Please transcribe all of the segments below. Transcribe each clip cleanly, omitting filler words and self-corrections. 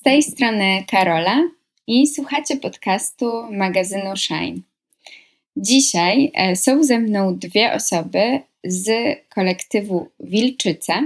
Z tej strony Karola i słuchacie podcastu magazynu Shine. Dzisiaj są ze mną dwie osoby z kolektywu Wilczyca.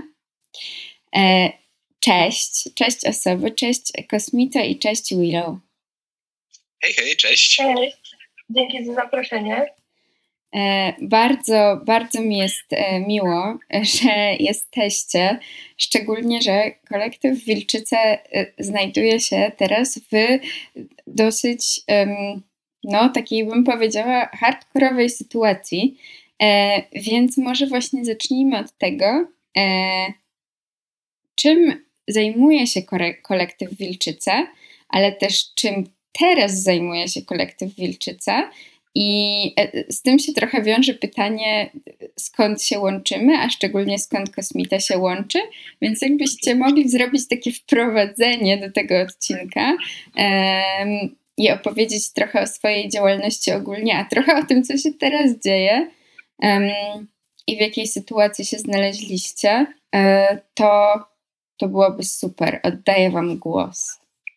Cześć osoby, cześć Kosmito i cześć Willow. Hej, cześć. Cześć, dzięki za zaproszenie. Bardzo, bardzo mi jest miło, że jesteście, szczególnie, że kolektyw Wilczyce znajduje się teraz w dosyć, takiej bym powiedziała, hardkorowej sytuacji, więc może właśnie zacznijmy od tego, czym zajmuje się kolektyw Wilczyca, ale też czym teraz zajmuje się kolektyw Wilczyca. I z tym się trochę wiąże pytanie, skąd się łączymy, a szczególnie skąd Kosmita się łączy, więc jakbyście mogli zrobić takie wprowadzenie do tego odcinka i opowiedzieć trochę o swojej działalności ogólnie, a trochę o tym, co się teraz dzieje i w jakiej sytuacji się znaleźliście, to byłoby super. Oddaję wam głos.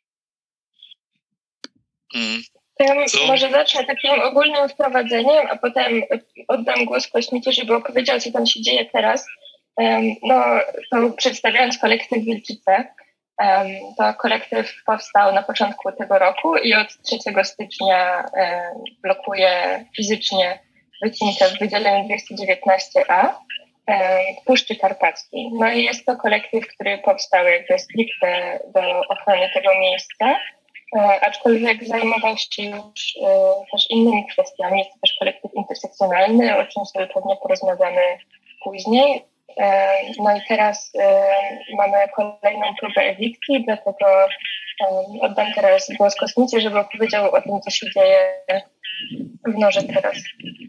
To ja może zacznę takim ogólnym wprowadzeniem, a potem oddam głos Kosmicie, żeby opowiedział, co tam się dzieje teraz. To przedstawiając kolektyw Wilczyce, to kolektyw powstał na początku tego roku i od 3 stycznia blokuje fizycznie wycinkę w Wydziale 219A w Puszczy Karpackiej. No i jest to kolektyw, który powstał jakby stricte do ochrony tego miejsca, aczkolwiek zajmował się już też innymi kwestiami. Jest to też kolektyw intersekcjonalny, o czym sobie pewnie porozmawiamy później. No i teraz mamy kolejną próbę ewikcji, dlatego oddam teraz głos Kosmicie, żeby opowiedział o tym, co się dzieje w Norze teraz.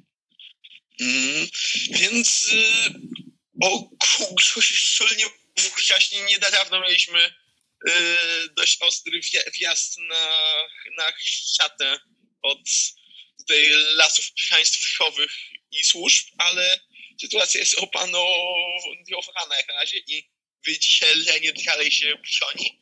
Więc ogólnie wcześniej niedawno mieliśmy dość ostry wjazd na chatę od tutaj lasów państwowych i służb, ale sytuacja jest opanowana jak na razie i wydzielenie dalej się broni.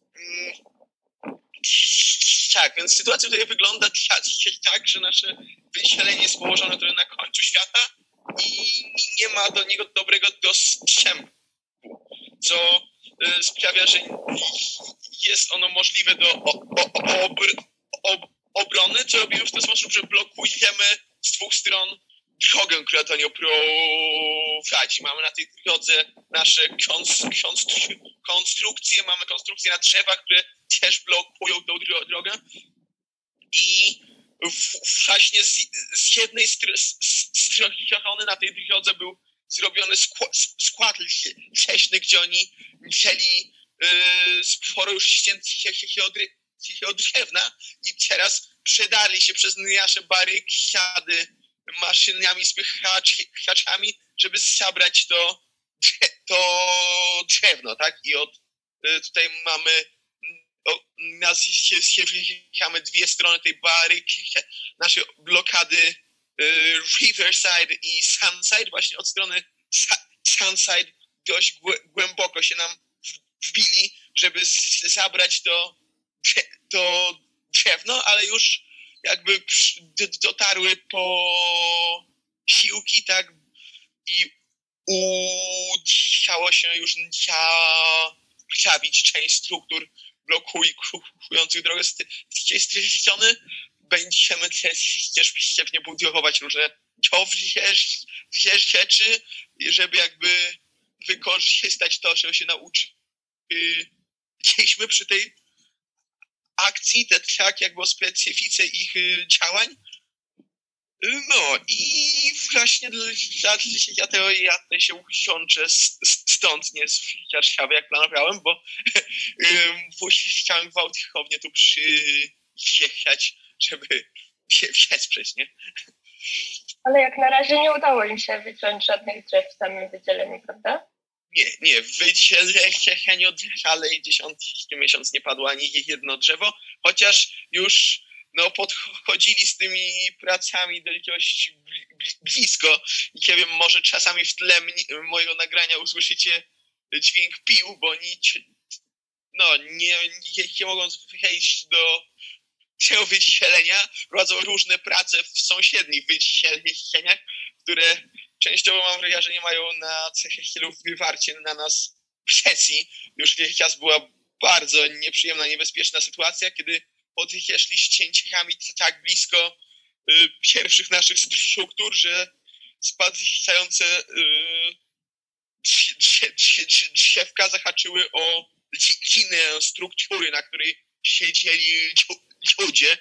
Tak, więc sytuacja tutaj wygląda tak, że nasze wydzielenie jest położone tutaj na końcu świata i nie ma do niego dobrego dostępu, co sprawia, że jest ono możliwe do obrony, co robimy w ten sposób, że blokujemy z 2 stron drogę, która do niej prowadzi. Mamy na tej drodze nasze konstrukcje, mamy konstrukcje na drzewach, które też blokują tą drogę i właśnie z jednej strony na tej drodze był zrobiony skład leśny, gdzie oni mieli sporo już ściętych drewna i teraz przedarli się przez nasze barykady maszynami, spychaczami, żeby zabrać to drewno, tak? I tutaj mamy 2 strony tej baryki, nasze blokady Riverside i Sunside. Właśnie od strony Sunside dość głęboko się nam wbili, żeby zabrać to drewno, ale już jakby dotarły po siłki, tak, i udało się już zabić część struktur blokujących drogę z tej strony. Będziemy też pewnie budować różne rzeczy, żeby jakby wykorzystać to, czego się nauczyliśmy przy tej akcji, tak jakby o specyfice ich działań. No i właśnie dlatego ja tutaj się usiądę stąd, nie z Warszawy, jak planowałem, bo chciałem gwałtownie tu przyjechać, żeby się wesprzeć, nie? Ale jak na razie nie udało im się wyciąć żadnych drzew w samym wydzieleniu, prawda? Nie, w wydzieleniu dalej 10 miesiąc nie padło ani jedno drzewo, chociaż już podchodzili z tymi pracami do jakiegoś blisko. I nie wiem, może czasami w tle mojego nagrania usłyszycie dźwięk pił, bo oni nie mogąc wejść do tego wydzielenia, prowadzą różne prace w sąsiednich wydzieleniach, które częściowo mam wrażenie mają na cechę stylu wywarcie na nas presji. Już raz była bardzo nieprzyjemna, niebezpieczna sytuacja, kiedy podeszli z cięciami tak blisko pierwszych naszych struktur, że spadające drzewka zahaczyły o linę struktury, na której siedzieli ludzie.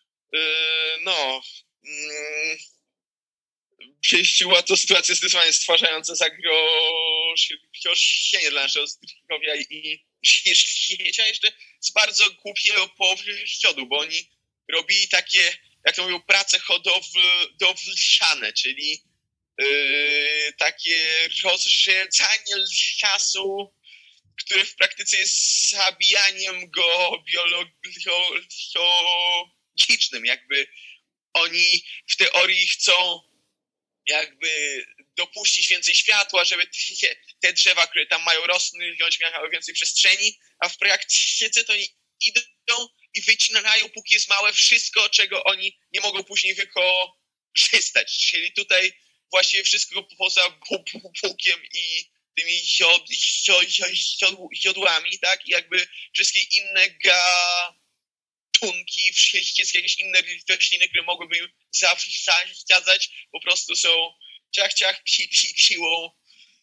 Była to sytuacja zdecydowanie stwarzająca zagrożenie dla naszego zdrowia i życia jeszcze z bardzo głupiego powodu, bo oni robili takie, jak to mówią, prace hodowlane, czyli takie rozrzedzanie lasu, które w praktyce jest zabijaniem go biologicznym. Jakby oni w teorii chcą jakby dopuścić więcej światła, żeby te drzewa, które tam mają rosnąć, miały więcej przestrzeni, a w praktyce to idą i wycinają, póki jest małe, wszystko, czego oni nie mogą później wykorzystać. Czyli tutaj właściwie wszystko poza bukiem i tymi jodłami, tak? I jakby wszystkie inne gatunki, wszystkie jakieś inne rośliny, które mogłyby im zaszkadzać, po prostu są siłą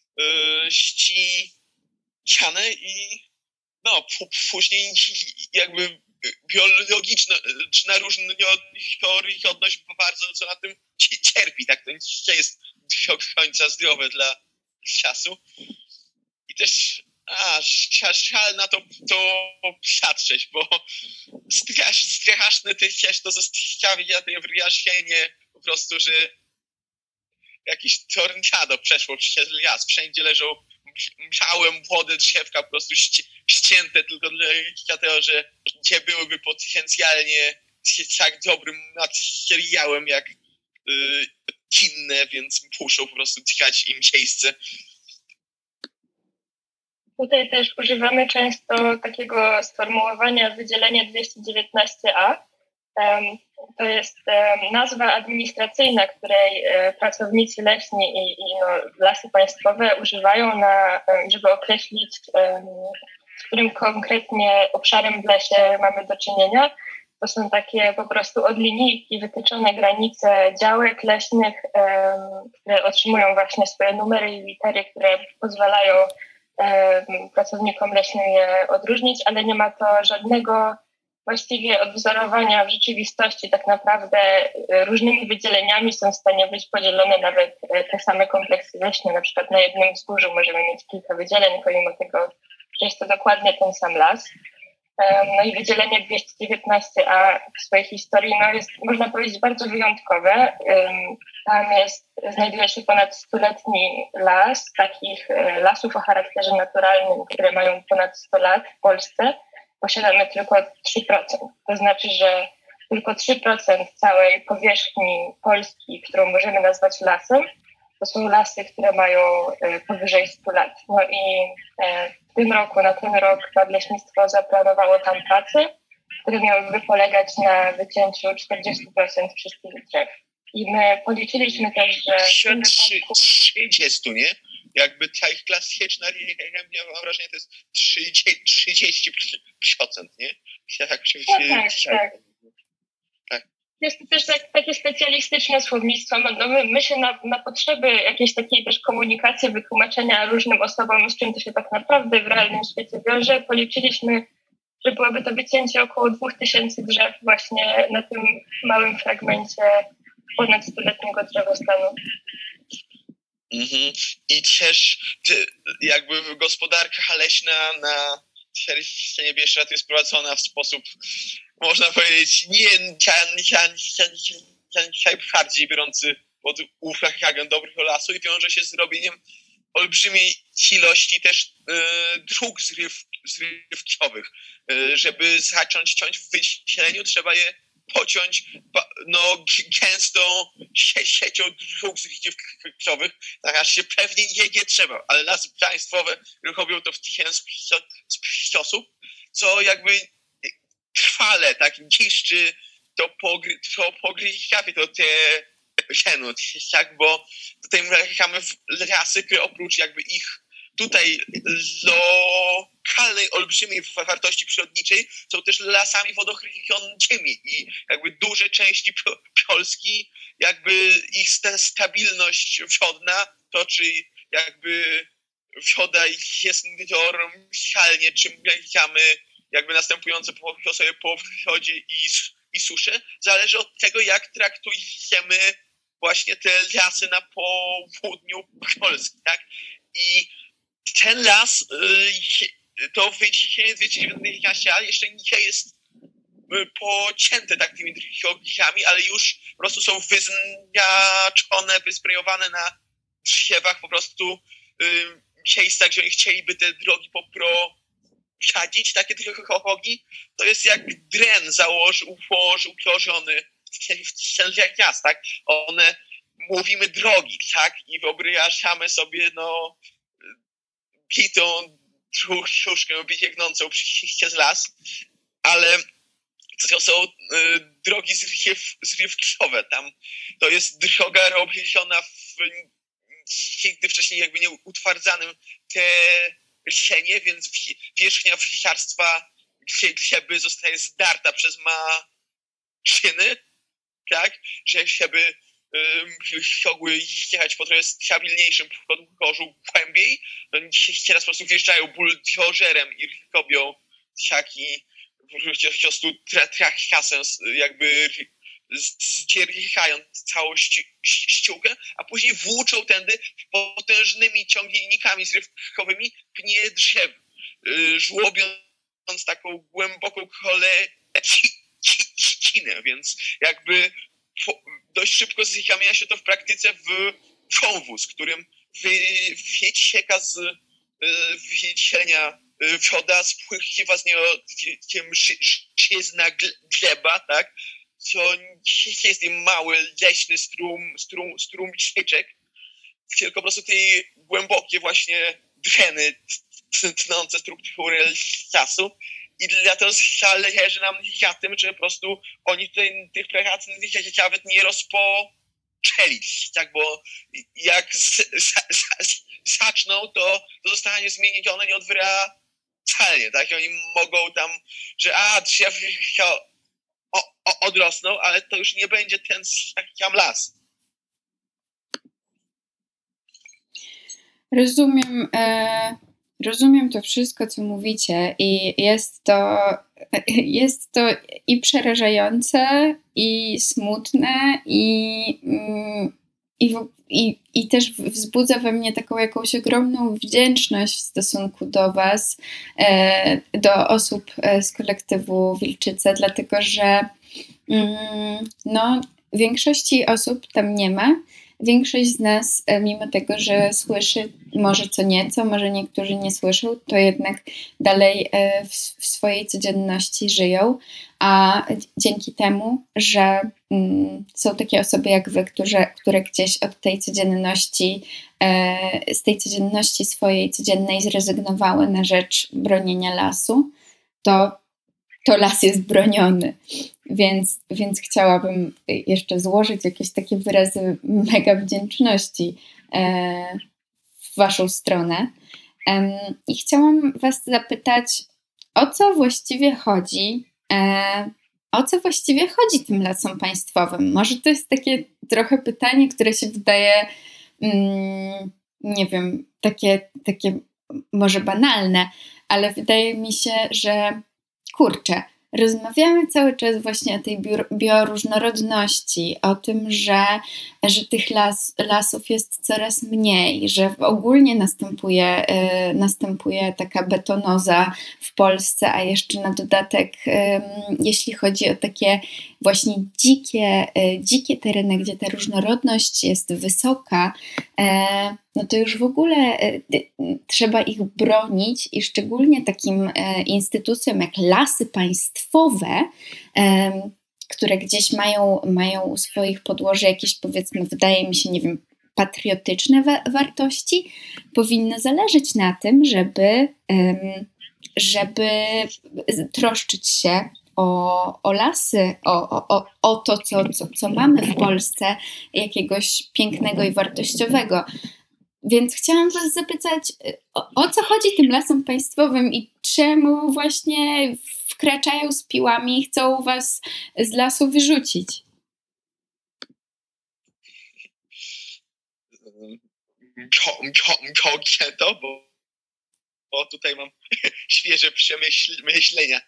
ściane i później jakby biologiczna różnorodność bardzo co na tym cierpi, tak? To nie jest do końca zdrowe dla czasu. I też żal na to patrzeć, bo straszne też to zostawia to wyjaśnienie po prostu, że jakieś tornado przeszło przez las. Wszędzie leżą małe, młode drzewka po prostu ścięte tylko dlatego, że nie byłyby potencjalnie tak dobrym materiałem jak inne, więc muszą po prostu dać im miejsce. Tutaj też używamy często takiego sformułowania wydzielenie 219a. To jest nazwa administracyjna, której pracownicy leśni i lasy państwowe używają, żeby określić, z którym konkretnie obszarem w lesie mamy do czynienia. To są takie po prostu od linijki wytyczone granice działek leśnych, które otrzymują właśnie swoje numery i litery, które pozwalają pracownikom leśnym je odróżnić, ale nie ma to żadnego właściwie odwzorowania w rzeczywistości. Tak naprawdę różnymi wydzieleniami są w stanie być podzielone nawet te same kompleksy leśne. Na przykład na jednym wzgórzu możemy mieć kilka wydzieleń, pomimo tego, że jest to dokładnie ten sam las. No i wydzielenie 219a w swojej historii jest, można powiedzieć, bardzo wyjątkowe. Tam znajduje się ponad 100-letni las, takich lasów o charakterze naturalnym, które mają ponad 100 lat w Polsce. Posiadamy tylko 3%. To znaczy, że tylko 3% całej powierzchni Polski, którą możemy nazwać lasem, to są lasy, które mają powyżej 100 lat. No i na ten rok Nadleśnictwo zaplanowało tam prace, które miałyby polegać na wycięciu 40% wszystkich drzew. I my policzyliśmy też, że... 30, nie? Jakby ta ich klasyczna ja mam wrażenie, to jest 30%, nie? Tak. Jest to też takie specjalistyczne słownictwo. My się na potrzeby jakiejś takiej też komunikacji, wytłumaczenia różnym osobom, z czym to się tak naprawdę w realnym świecie wiąże, policzyliśmy, że byłoby to wycięcie około 2000 drzew właśnie na tym małym fragmencie ponad 100-letniego drzewostanu. I też jakby gospodarka leśna na terenie Bieszczad jest prowadzona w sposób, można powiedzieć, najbardziej biorący pod uwagę dobrego lasu i wiąże się z robieniem olbrzymiej ilości też dróg zrywkowych. Żeby zacząć ciąć w wydzieleniu, trzeba je pociąć gęstą siecią dróg zrywkowych, tak aż się pewnie nie trzeba, ale lasy państwowe robią to w ten sposób co jakby trwale tak niszczy to pogryziawie, to te zienu, tak, bo tutaj mamy lasy, które oprócz jakby ich tutaj lokalnej, olbrzymiej wartości przyrodniczej są też lasami wodochronionymi i jakby duże części Polski, jakby ich stabilność wodna, to czy jakby woda jest normalnie, czym mamy jakby następujące sobie po wodzie i suszy, zależy od tego, jak traktujemy właśnie te lasy na południu Polski, tak? I ten las, to wyciszenie 219 jeszcze nie jest pocięte tak tymi drogami, ale już po prostu są wyznaczone, wysprejowane na drzewach po prostu miejsca, gdzie oni chcieliby te drogi poprowadzić, takie drogi, to jest jak dren ułożony w ten las, tak? One, mówimy drogi, tak? I wyobrażamy sobie, bitą truszkę biegnącą przez las, ale to są drogi zrywkowe. Tam to jest droga robiona nigdy wcześniej jakby nie utwardzanym terenie, więc wierzchnia warstwa gleby zostaje zdarta przez maszyny, tak, żeby mogły jechać po trochę stabilniejszym podłożu głębiej. Teraz po prostu wjeżdżają buldożerem i robią taki po prostu trachasem, jakby zdzierżają całą ściółkę, a później włóczą tędy potężnymi ciągnikami zrywkowymi pnie drzew, żłobiąc taką głęboką kolecinę, więc jakby dość szybko zamienia się to w praktyce w wąwóz, którym wycieka z wycienia woda, spływa z niego mszyzna gleba, tak? Co jest mały, leśny strumyczek, tylko po prostu te głębokie właśnie dreny tnące struktury lasu. I dlatego zależy nam na tym, że po prostu oni tych prac nawet nie rozpoczęli, tak? Bo jak zaczną, to zostanie zmienione nieodwracalnie, tak? I oni mogą tam, że drzewa odrosną, ale to już nie będzie ten sam las. Rozumiem to wszystko, co mówicie i jest to i przerażające, i smutne, i też wzbudza we mnie taką jakąś ogromną wdzięczność w stosunku do was, do osób z kolektywu Wilczyce, dlatego że większości osób tam nie ma. Większość z nas, mimo tego, że słyszy może co nieco, może niektórzy nie słyszą, to jednak dalej w swojej codzienności żyją, a dzięki temu, że są takie osoby jak wy, które gdzieś od tej codzienności, z tej codzienności swojej codziennej zrezygnowały na rzecz bronienia lasu, to las jest broniony. Więc chciałabym jeszcze złożyć jakieś takie wyrazy mega wdzięczności w waszą stronę. I chciałam was zapytać, o co właściwie chodzi tym lasom państwowym? Może to jest takie trochę pytanie, które się wydaje, nie wiem, takie może banalne, ale wydaje mi się, że kurczę, rozmawiamy cały czas właśnie o tej bioróżnorodności, o tym, że tych lasów jest coraz mniej, że ogólnie następuje taka betonoza w Polsce, a jeszcze na dodatek, jeśli chodzi o takie właśnie dzikie tereny, gdzie ta różnorodność jest wysoka, no to już w ogóle trzeba ich bronić i szczególnie takim instytucjom jak lasy państwowe, które gdzieś mają u swoich podłoży jakieś, powiedzmy, wydaje mi się, nie wiem, patriotyczne wartości, powinno zależeć na tym, żeby żeby troszczyć się o lasy, o to, co mamy w Polsce, jakiegoś pięknego i wartościowego. Więc chciałam was zapytać, o co chodzi tym lasom państwowym i czemu właśnie wkraczają z piłami i chcą was z lasu wyrzucić? To, bo tutaj mam świeże przemyślenia.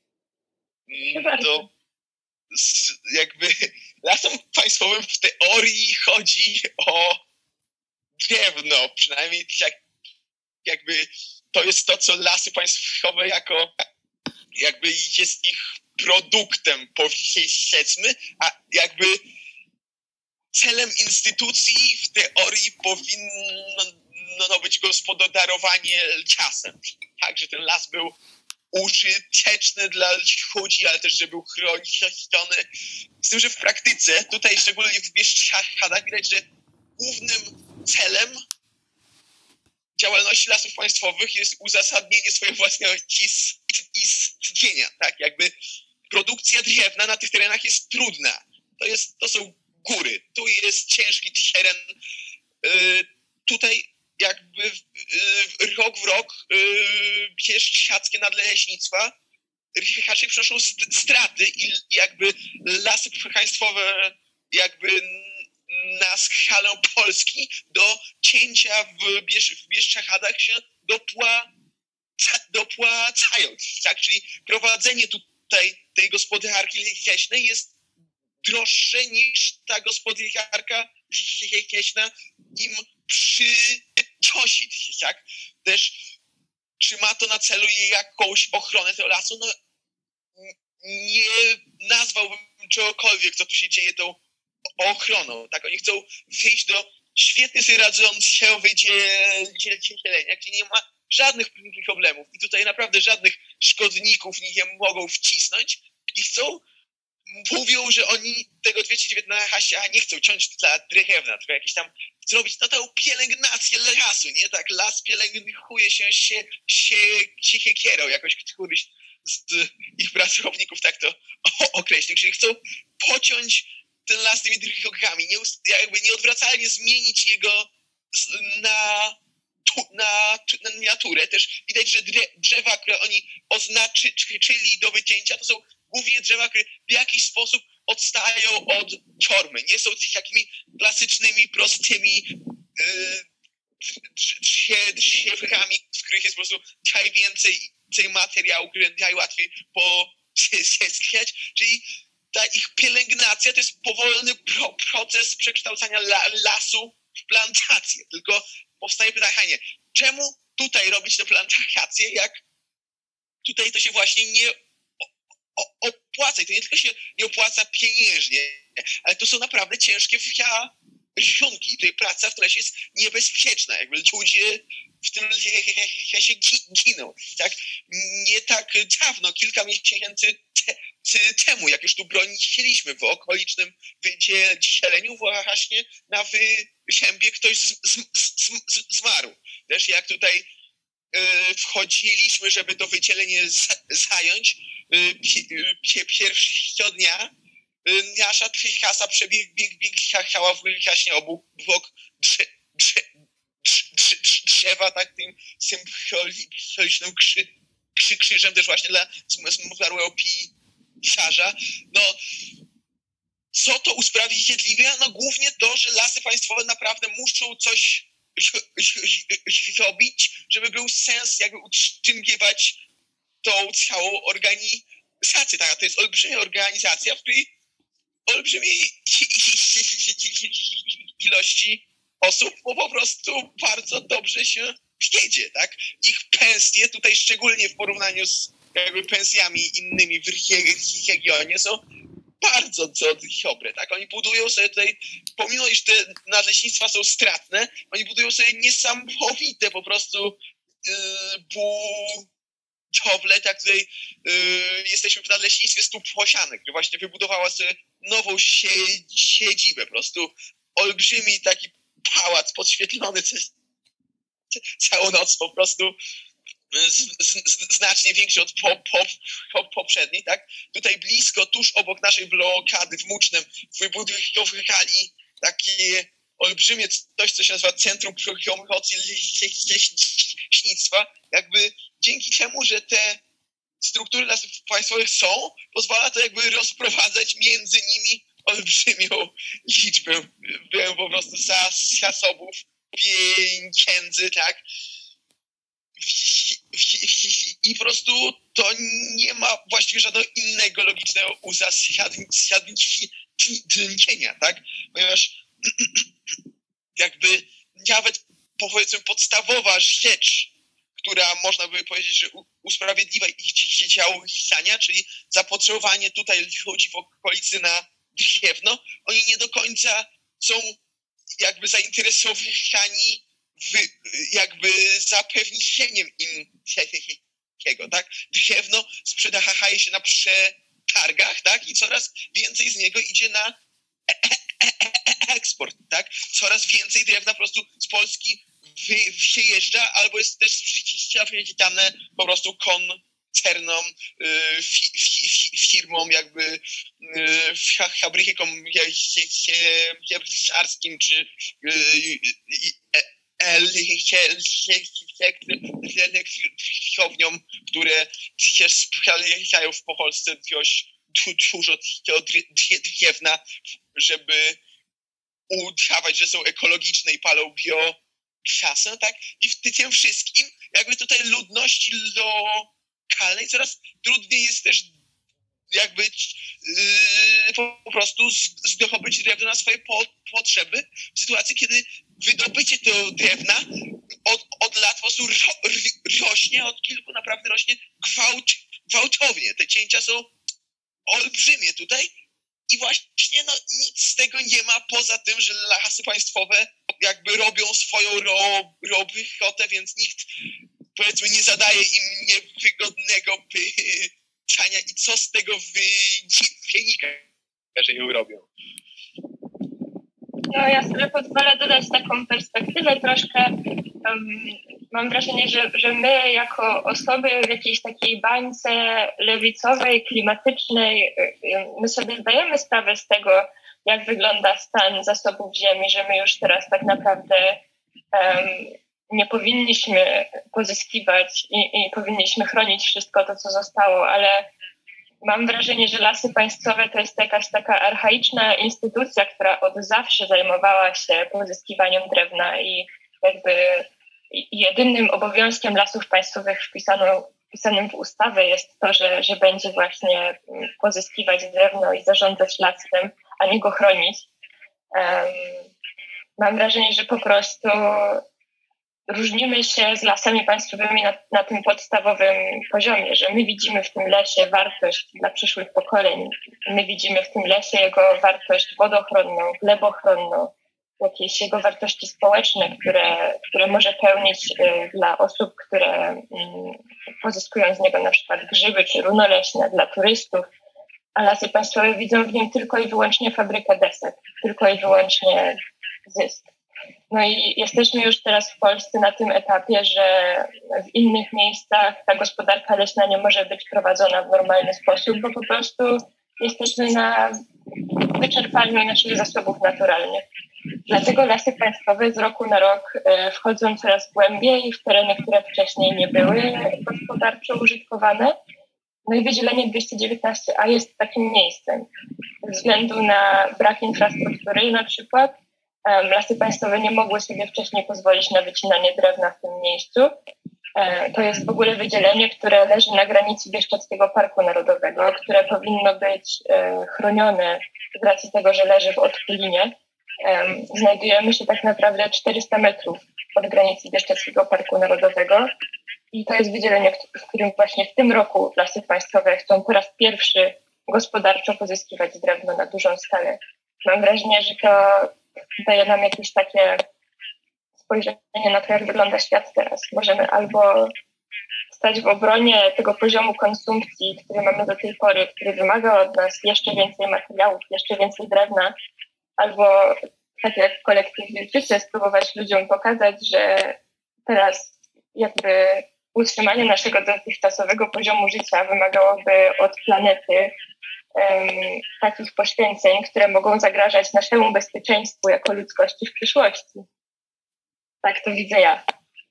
To jakby lasom państwowym w teorii chodzi o drewno, przynajmniej jakby to jest to, co lasy państwowe jakby jest ich produktem, powiedzmy, a jakby celem instytucji w teorii powinno być gospodarowanie lasem. Tak, że ten las był użyteczny dla ludzi, ale też, że był chroniony. Z tym, że w praktyce, tutaj szczególnie w Bieszczadach widać, że głównym celem działalności lasów państwowych jest uzasadnienie swojego własnego istnienia. Tak? Jakby produkcja drewna na tych terenach jest trudna. To są góry. Tu jest ciężki teren. Tutaj jakby rok w rok bieszczadzkie nadleśnictwa raczej przynoszą straty i jakby lasy państwowe jakby na skalę Polski do cięcia w Bieszczadach się dopłacają. Tak? Czyli prowadzenie tutaj tej gospodarki leśnej jest droższe niż ta gospodarka leśna im przynosi. Tak? Też czy ma to na celu jakąś ochronę tego lasu? No, nie nazwałbym czegokolwiek, co tu się dzieje tą ochroną. Tak? Oni chcą wyjść do świetnie sobie radzącego wydzielenia, gdzie nie ma żadnych problemów i tutaj naprawdę żadnych szkodników nie mogą wcisnąć i mówią, że oni tego 219 nie chcą ciąć dla drewna, tylko jakieś tam zrobić tą pielęgnację lasu, nie? Tak, las pielęgnuje się siekierą, jakoś któryś z ich pracowników tak to określił, czyli chcą pociąć ten las tymi drogami, jakby nieodwracalnie zmienić jego na naturę. Też widać, że drzewa, które oni oznaczyli do wycięcia, to są głównie drzewa, które w jakiś sposób odstają od ciormy. Nie są takimi klasycznymi, prostymi drzewami, z których jest po prostu najwięcej materiału, który najłatwiej pozyskać. Czyli ta ich pielęgnacja to jest powolny proces przekształcania lasu w plantację. Tylko powstaje pytanie, czemu tutaj robić te plantacje, jak tutaj to się właśnie nie opłaca. I to nie tylko się nie opłaca pieniężnie, ale to są naprawdę ciężkie warunki. Tutaj praca w lesie jest niebezpieczna. Jakby ludzie w tym lesie giną. Tak? Nie tak dawno, kilka miesięcy temu, jak już tu broniliśmy w okolicznym wydzieleniu, właśnie na Wyziębie ktoś zmarł. Też jak tutaj wchodziliśmy, żeby to wydzielenie zająć, pierwszego dnia nasza kasa przebiegała właśnie obok drzewa, tak tym symbolicznym krzyżem też właśnie dla zmarłego pisarza. No, co to usprawiedliwia? No głównie to, że lasy państwowe naprawdę muszą coś zrobić, żeby był sens jakby utrzymywać tą całą organizację. Tak, to jest olbrzymia organizacja, w której olbrzymiej ilości osób po prostu bardzo dobrze się wiedzie, tak? Ich pensje tutaj szczególnie w porównaniu z jakby pensjami innymi w regionie są bardzo dobre, tak? Oni budują sobie tutaj, pomimo iż te nadleśnictwa są stratne, oni budują sobie niesamowite po prostu budowle, tak? Tutaj jesteśmy w nadleśnictwie Stóp Osianek, które właśnie wybudowała sobie nową siedzibę, po prostu olbrzymi taki pałac podświetlony całą noc, po prostu znacznie większy od poprzedniej, tak? Tutaj blisko, tuż obok naszej blokady w Mucznem, wybudowali takie olbrzymie coś, co się nazywa Centrum Promocji Leśnictwa. Jakby dzięki temu, że te struktury lasów państwowych są, pozwala to jakby rozprowadzać między nimi olbrzymią liczbę po prostu zasobów, pieniędzy, tak? I po prostu to nie ma właściwie żadnego innego logicznego uzasadnienia, tak? Ponieważ jakby nawet powiedzmy podstawowa rzecz, która można by powiedzieć, że usprawiedliwia ich działania, czyli zapotrzebowanie tutaj ludzi w okolicy na drewno, oni nie do końca są jakby zainteresowani jakby zapewnieniem im tego, tak? Drewno sprzedaje się na przetargach, tak? I coraz więcej z niego idzie na eksport, tak? Coraz więcej drewna po prostu z Polski wyjeżdża, albo jest też sprzedawane po prostu koncernom, firmom jakby fabrykom jabłkarskim czy elektrowniom, które się sprawdzają w Polsce dość dużo drewna, żeby udawać, że są ekologiczne i palą biogazę, tak? I w tym wszystkim jakby tutaj ludności lokalnej coraz trudniej jest też jakby po prostu zdobyć drewno na swoje potrzeby w sytuacji, kiedy wydobycie tego drewna od lat po prostu rośnie, od kilku naprawdę rośnie gwałtownie. Te cięcia są olbrzymie tutaj i właśnie nic z tego nie ma poza tym, że lasy państwowe jakby robią swoją robotę, więc nikt powiedzmy nie zadaje im niewygodnego pytania i co z tego wynika, że ją robią. No ja sobie pozwolę dodać taką perspektywę troszkę. Mam wrażenie, że my jako osoby w jakiejś takiej bańce lewicowej, klimatycznej, my sobie zdajemy sprawę z tego, jak wygląda stan zasobów ziemi, że my już teraz tak naprawdę nie powinniśmy pozyskiwać i powinniśmy chronić wszystko to, co zostało, ale mam wrażenie, że Lasy Państwowe to jest jakaś taka archaiczna instytucja, która od zawsze zajmowała się pozyskiwaniem drewna i jakby jedynym obowiązkiem Lasów Państwowych wpisanym w ustawę jest to, że będzie właśnie pozyskiwać drewno i zarządzać lasem, a nie go chronić. Mam wrażenie, że po prostu różnimy się z lasami państwowymi na tym podstawowym poziomie, że my widzimy w tym lesie wartość dla przyszłych pokoleń. My widzimy w tym lesie jego wartość wodochronną, glebochronną, jakieś jego wartości społeczne, które może pełnić dla osób, które pozyskują z niego na przykład grzyby czy runo leśne dla turystów, a lasy państwowe widzą w nim tylko i wyłącznie fabrykę desek, tylko i wyłącznie zysk. No i jesteśmy już teraz w Polsce na tym etapie, że w innych miejscach ta gospodarka leśna nie może być prowadzona w normalny sposób, bo po prostu jesteśmy na wyczerpaniu naszych zasobów naturalnych. Dlatego lasy państwowe z roku na rok wchodzą coraz głębiej w tereny, które wcześniej nie były gospodarczo użytkowane. No i wydzielenie 219A jest takim miejscem. Ze względu na brak infrastruktury na przykład Lasy Państwowe nie mogły sobie wcześniej pozwolić na wycinanie drewna w tym miejscu. To jest w ogóle wydzielenie, które leży na granicy Bieszczadzkiego Parku Narodowego, które powinno być chronione z racji tego, że leży w odtulinie. Znajdujemy się tak naprawdę 400 metrów od granicy Bieszczadzkiego Parku Narodowego i to jest wydzielenie, w którym właśnie w tym roku Lasy Państwowe chcą po raz pierwszy gospodarczo pozyskiwać drewno na dużą skalę. Mam wrażenie, że to daje nam jakieś takie spojrzenie na to, jak wygląda świat teraz. Możemy albo stać w obronie tego poziomu konsumpcji, który mamy do tej pory, który wymaga od nas jeszcze więcej materiałów, jeszcze więcej drewna, albo tak jak kolektyw Wilczyce spróbować ludziom pokazać, że teraz jakby utrzymanie naszego dotychczasowego poziomu życia wymagałoby od planety takich poświęceń, które mogą zagrażać naszemu bezpieczeństwu jako ludzkości w przyszłości. Tak to widzę ja.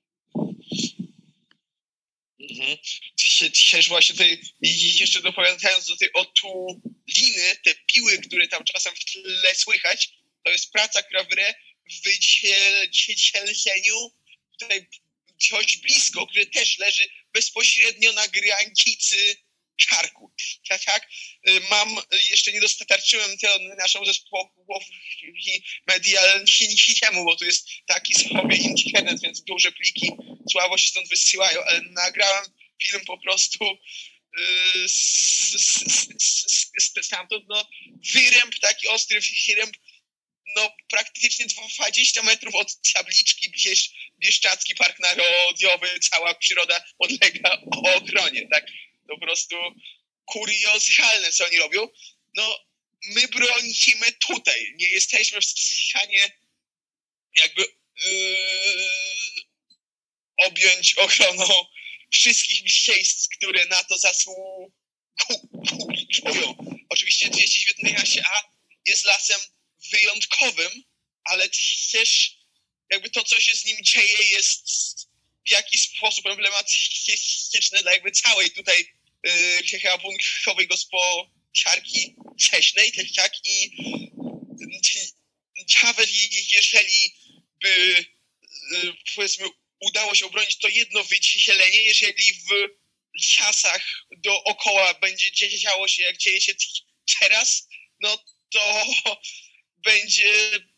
Też właśnie tutaj, jeszcze dopowiadając do tej otuliny, te piły, które tam czasem w tle słychać, to jest praca, która w wydzieleniu tutaj dość blisko, które też leży bezpośrednio na granicy karku. Tak? Jeszcze nie dostarczyłem tego naszemu zespołowi medialnemu, bo tu jest taki sobie internet, więc duże pliki słabo się stąd wysyłają, ale nagrałem film po prostu stamtąd, wyręb, taki ostry wyręb, praktycznie 20 metrów od tabliczki Bieszczadzki Park Narodowy, cała przyroda podlega ochronie, tak? Po prostu kuriozalne, co oni robią. My bronimy tutaj. Nie jesteśmy w stanie jakby objąć ochroną wszystkich miejsc, które na to zasługują. Oczywiście 219A jest lasem wyjątkowym, ale też jakby to, co się z nim dzieje, jest w jakiś sposób problematyczne dla jakby całej tutaj rabunkowej gospodarki leśnej, tak? I nawet jeżeli by powiedzmy udało się obronić to jedno wydzielenie, jeżeli w lasach dookoła będzie działo się, jak dzieje się teraz, to będzie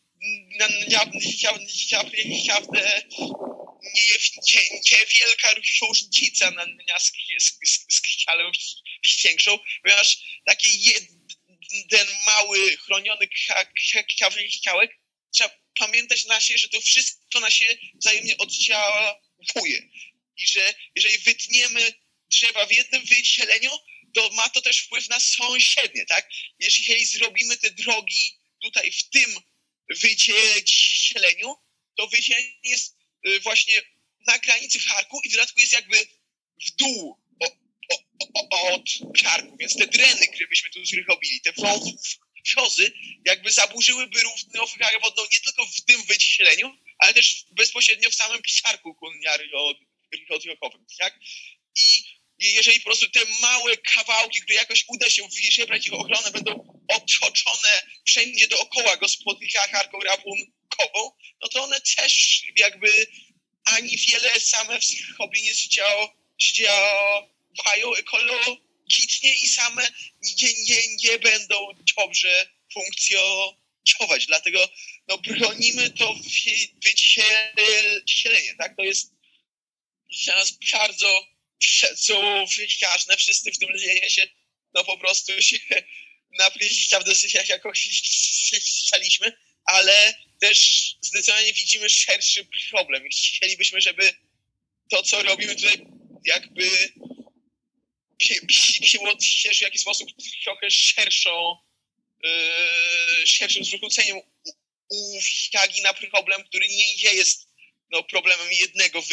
naprawdę niewielka różnica na skalę większą, ponieważ taki jeden mały, chroniony kawałek, trzeba pamiętać że to wszystko na się wzajemnie oddziałuje i że jeżeli wytniemy drzewa w jednym wydzieleniu, to ma to też wpływ na sąsiednie, tak? Jeżeli zrobimy te drogi tutaj w tym wydzieleniu, to wydzielenie jest właśnie na granicy parku i w dodatku jest jakby w dół od parku, więc te dreny, które byśmy tu zrobili, te wiozy jakby zaburzyłyby równowagę wodną nie tylko w tym wydzieleniu, ale też bezpośrednio w samym parku narodowym, tak? I jeżeli po prostu te małe kawałki, które jakoś uda się wybrać ich ochronę, będą otoczone wszędzie dookoła gospodarką rabunkową, to one też jakby ani wiele same w sobie nie zdziałają ekologicznie i same nie będą dobrze funkcjonować. Dlatego bronimy to wydzielenie, tak? To jest dla nas bardzo ważne. Wszyscy w tym lesie po prostu się naprawdę jakoś staliśmy, ale też zdecydowanie widzimy szerszy problem. Chcielibyśmy, żeby to, co robimy tutaj, jakby było też w jakiś sposób trochę szerszym zwróceniem uwagi na problem, który nie jest problemem jednego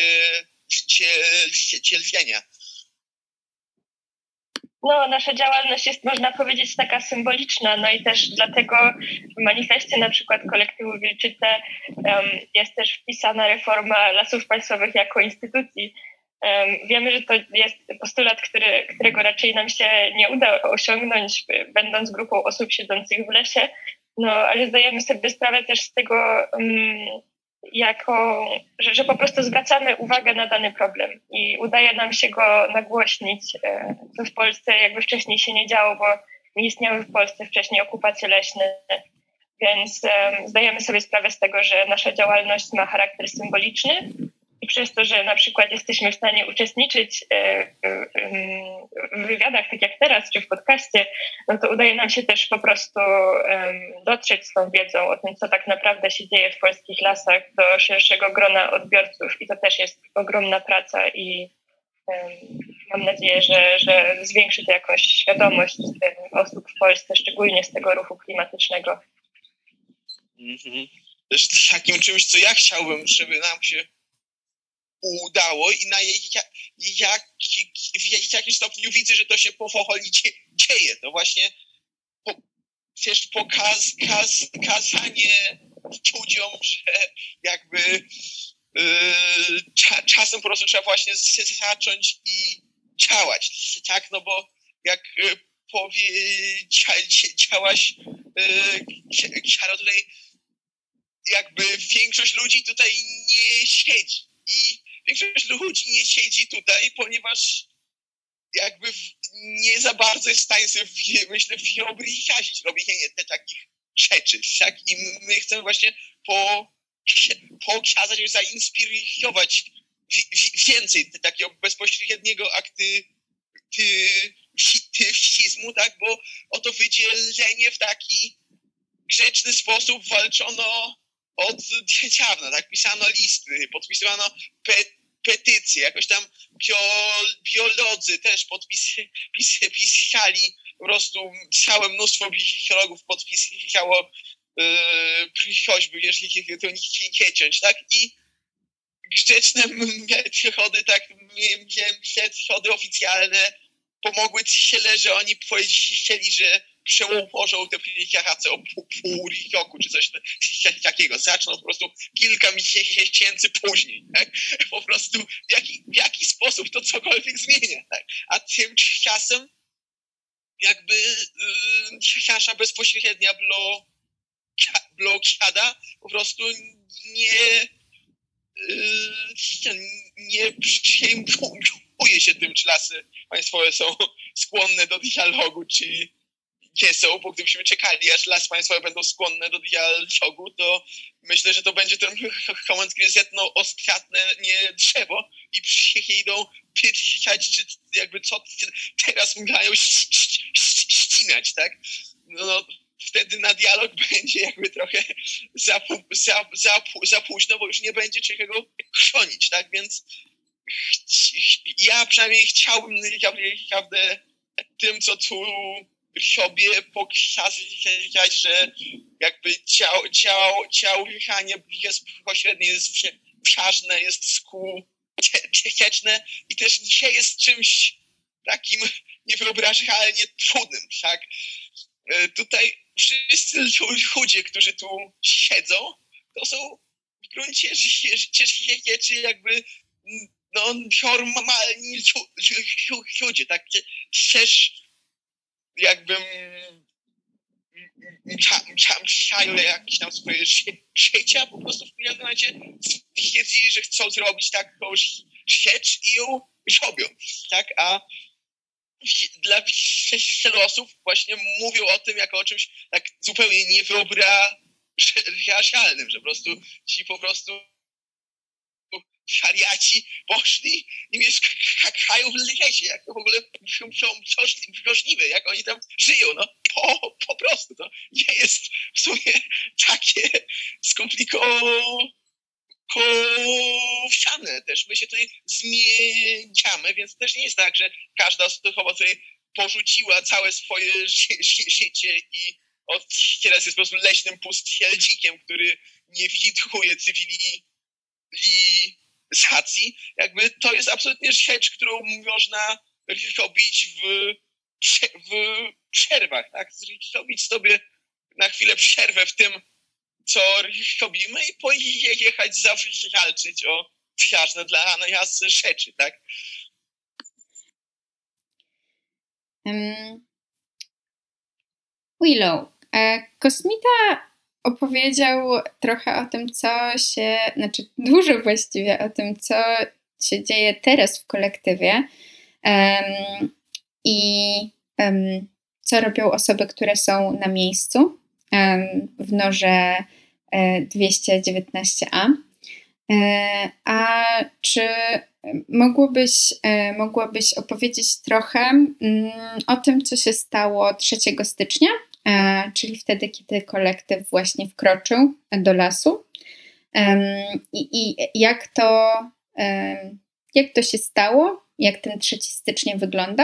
wydzielenia. Nasza działalność jest, można powiedzieć, taka symboliczna, i też dlatego w manifestie na przykład kolektywu Wilczyce jest też wpisana reforma Lasów Państwowych jako instytucji. Wiemy, że to jest postulat, którego raczej nam się nie uda osiągnąć, będąc grupą osób siedzących w lesie, ale zdajemy sobie sprawę też z tego, że po prostu zwracamy uwagę na dany problem i udaje nam się go nagłośnić, co w Polsce jakby wcześniej się nie działo, bo nie istniały w Polsce wcześniej okupacje leśne, więc zdajemy sobie sprawę z tego, że nasza działalność ma charakter symboliczny i przez to, że na przykład jesteśmy w stanie uczestniczyć w wywiadach, tak jak teraz, czy w podcaście, to udaje nam się też po prostu dotrzeć z tą wiedzą o tym, co tak naprawdę się dzieje w polskich lasach do szerszego grona odbiorców i to też jest ogromna praca i mam nadzieję, że zwiększy to jakąś świadomość osób w Polsce, szczególnie z tego ruchu klimatycznego. Też takim czymś, co ja chciałbym, żeby nam się udało i w jakimś stopniu widzę, że to się powoli dzieje. To właśnie też pokazanie ludziom, że jakby czasem po prostu trzeba właśnie zacząć i działać, tak, no bo jak powiedziałaś, Kiaro, tutaj jakby większość ludzi tutaj nie siedzi i większość ludzi nie siedzi tutaj, ponieważ jakby nie za bardzo jest w stanie sobie, myślę, wyobrazić robienie takich rzeczy, tak? I my chcemy właśnie pokazać, zainspirować więcej takiego bezpośredniego aktywizmu, tak? Bo o to wydzielenie w taki grzeczny sposób walczono od dawna, tak? Pisano listy, podpisywano petycje, jakoś tam biolodzy też pisali, po prostu całe mnóstwo biologów podpisało choćby, jeżeli to nie ciąć, tak? I grzeczne metody, tak, metody oficjalne pomogły tyle, że oni powiedzieli, że przełożą te PHC o pół roku, czy coś takiego. Zaczną po prostu kilka miesięcy później, tak? Po prostu w jaki sposób to cokolwiek zmienia, tak? A tymczasem jakby nasza bezpośrednia blokada po prostu nie przejmuje się tym, czy lasy państwowe są skłonne do dialogu, czy nie są, bo gdybyśmy czekali, aż lasy państwowe będą skłonne do dialogu, to myślę, że to będzie ten moment, kiedy zetną ostatnie drzewo i przyjdą pytać, czy jakby co teraz mają ścinać, tak? No, wtedy na dialog będzie jakby trochę za późno, bo już nie będzie czego chronić, tak? Więc ja przynajmniej chciałbym naprawdę tym, co tu robię, pokazać, że jakby działanie bezpośrednie jest ważne, jest skuteczne i też nie jest czymś takim niewyobrażalnie trudnym, tak? Tutaj wszyscy ludzie, którzy tu siedzą, to są w gruncie rzeczy jakby normalni ludzie, tak? Też jakbym mają jakieś tam swoje życia, po prostu w pewnym momencie stwierdzili, że chcą zrobić taką rzecz i ją robią, tak? A dla wielu osób właśnie mówią o tym jako o czymś tak zupełnie niewyobrażalnym, że po prostu ci po prostu wariaci poszli i mieszkają w lesie, jak to w ogóle są możliwe, jak oni tam żyją, no po prostu to nie jest w sumie takie skomplikowane też. My się tutaj zmieniamy, więc też nie jest tak, że każda osoba tutaj porzuciła całe swoje życie i teraz jest po prostu leśnym pustieldzikiem, który nie widuje cywilizacji. Jakby to jest absolutnie rzecz, którą można robić w przerwach, tak? Zrobić sobie na chwilę przerwę w tym, co robimy i pojechać zawalczyć o ważne dla nas rzeczy, tak? Willow, Kosmita opowiedział trochę o tym, dużo właściwie o tym, co się dzieje teraz w kolektywie i co robią osoby, które są na miejscu w Norze 219A. A czy mogłabyś opowiedzieć trochę o tym, co się stało 3 stycznia, czyli wtedy, kiedy kolektyw właśnie wkroczył do lasu i jak to się stało, jak ten 3 stycznia wyglądał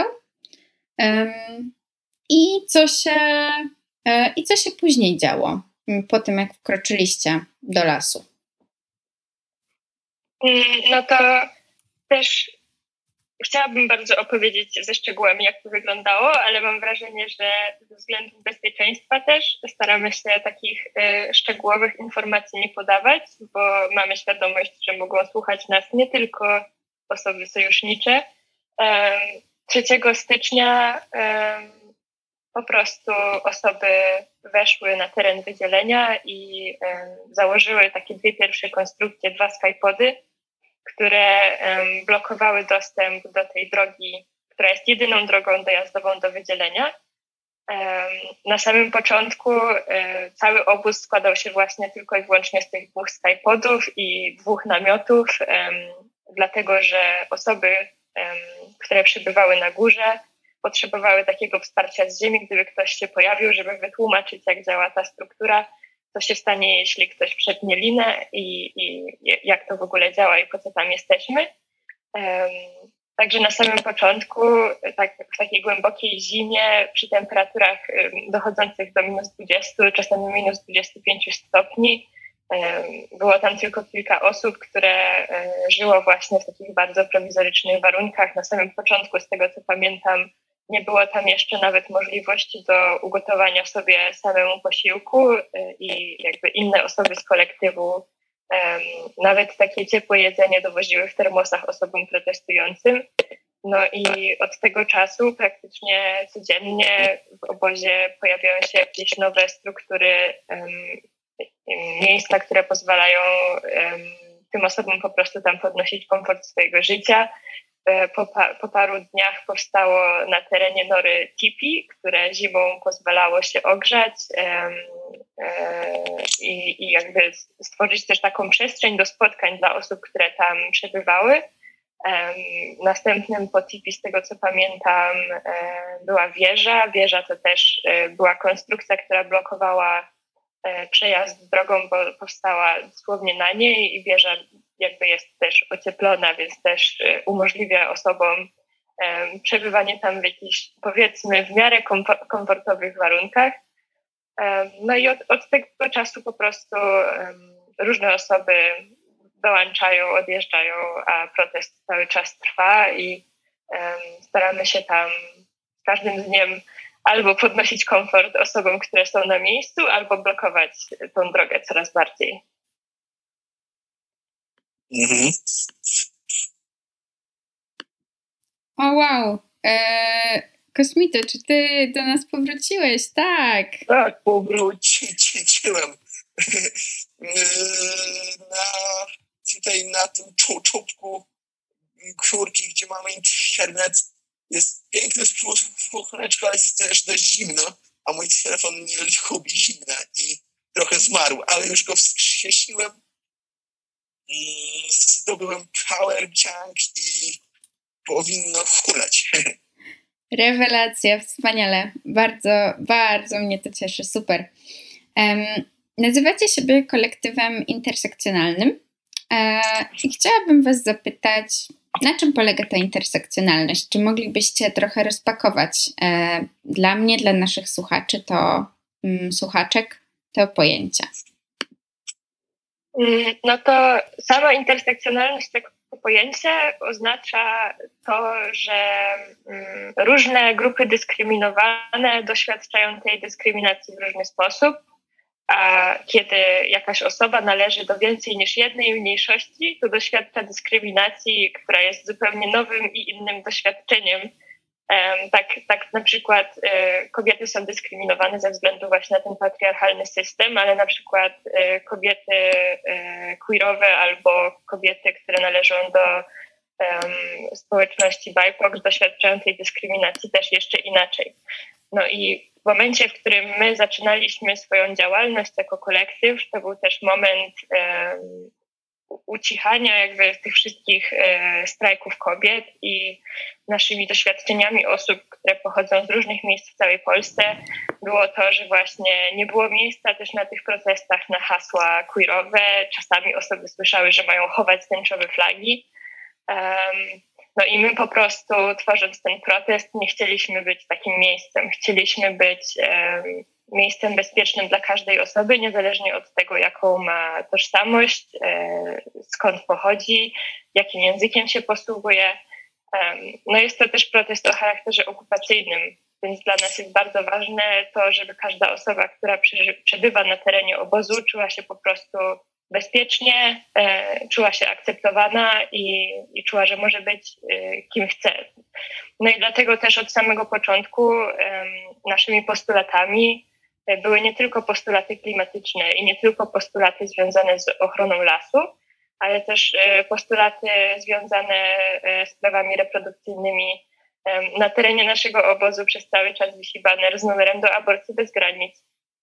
i co się później działo po tym, jak wkroczyliście do lasu. No to też chciałabym bardzo opowiedzieć ze szczegółami, jak to wyglądało, ale mam wrażenie, że ze względów bezpieczeństwa też staramy się takich szczegółowych informacji nie podawać, bo mamy świadomość, że mogą słuchać nas nie tylko osoby sojusznicze. 3 stycznia po prostu osoby weszły na teren wydzielenia i założyły takie 2 pierwsze konstrukcje, 2 skypody, które blokowały dostęp do tej drogi, która jest jedyną drogą dojazdową do wydzielenia. Na samym początku cały obóz składał się właśnie tylko i wyłącznie z tych 2 skypodów i 2 namiotów, dlatego że osoby, które przybywały na górze, potrzebowały takiego wsparcia z ziemi, gdyby ktoś się pojawił, żeby wytłumaczyć, jak działa ta struktura, co się stanie, jeśli ktoś przetnie linę i jak to w ogóle działa i po co tam jesteśmy. Także na samym początku, tak w takiej głębokiej zimie, przy temperaturach dochodzących do -20, czasami -25 stopni, było tam tylko kilka osób, które żyło właśnie w takich bardzo prowizorycznych warunkach. Na samym początku, z tego co pamiętam, nie było tam jeszcze nawet możliwości do ugotowania sobie samemu posiłku i jakby inne osoby z kolektywu nawet takie ciepłe jedzenie dowoziły w termosach osobom protestującym. No i od tego czasu praktycznie codziennie w obozie pojawiają się jakieś nowe struktury, miejsca, które pozwalają tym osobom po prostu tam podnosić komfort swojego życia. Po paru dniach powstało na terenie nory tipi, które zimą pozwalało się ogrzać i jakby stworzyć też taką przestrzeń do spotkań dla osób, które tam przebywały. Następnym po tipi, z tego co pamiętam, była wieża. Wieża to też była konstrukcja, która blokowała przejazd drogą, bo powstała dosłownie na niej i wieża jakby jest też ocieplona, więc też umożliwia osobom przebywanie tam w jakichś, powiedzmy, w miarę komfortowych warunkach. No i od tego czasu po prostu różne osoby dołączają, odjeżdżają, a protest cały czas trwa i staramy się tam z każdym dniem albo podnosić komfort osobom, które są na miejscu, albo blokować tą drogę coraz bardziej. Mhm. O wow! Kosmito, czy ty do nas powróciłeś? Tak! Tak, powróciłem. Tutaj na tym czubku górki, gdzie mamy internet, jest piękne słoneczko, ale jest też dość zimno, a mój telefon nie lubi zimna i trochę zmarł, ale już go wskrzesiłem. Zdobyłem powerbank i powinno hulać. Rewelacja, wspaniale. Bardzo, bardzo mnie to cieszy, super. Nazywacie siebie kolektywem intersekcjonalnym i chciałabym was zapytać, na czym polega ta intersekcjonalność? Czy moglibyście trochę rozpakować dla mnie, dla naszych słuchaczy, słuchaczek, to pojęcia? No to sama intersekcjonalność jako pojęcie oznacza to, że różne grupy dyskryminowane doświadczają tej dyskryminacji w różny sposób, a kiedy jakaś osoba należy do więcej niż jednej mniejszości, to doświadcza dyskryminacji, która jest zupełnie nowym i innym doświadczeniem. Tak na przykład kobiety są dyskryminowane ze względu właśnie na ten patriarchalny system, ale na przykład kobiety queerowe albo kobiety, które należą do społeczności BIPOC doświadczają tej dyskryminacji też jeszcze inaczej. No i w momencie, w którym my zaczynaliśmy swoją działalność jako kolektyw, to był też moment ucichania jakby tych wszystkich strajków kobiet i naszymi doświadczeniami osób, które pochodzą z różnych miejsc w całej Polsce, było to, że właśnie nie było miejsca też na tych protestach na hasła queerowe. Czasami osoby słyszały, że mają chować tęczowe flagi. No i my po prostu, tworząc ten protest, nie chcieliśmy być takim miejscem. Chcieliśmy być miejscem bezpiecznym dla każdej osoby, niezależnie od tego, jaką ma tożsamość, skąd pochodzi, jakim językiem się posługuje. No jest to też protest o charakterze okupacyjnym, więc dla nas jest bardzo ważne to, żeby każda osoba, która przebywa na terenie obozu, czuła się po prostu bezpiecznie, czuła się akceptowana i czuła, że może być kim chce. No i dlatego też od samego początku naszymi postulatami były nie tylko postulaty klimatyczne i nie tylko postulaty związane z ochroną lasu, ale też postulaty związane z prawami reprodukcyjnymi. Na terenie naszego obozu przez cały czas wisi baner z numerem do aborcji bez granic.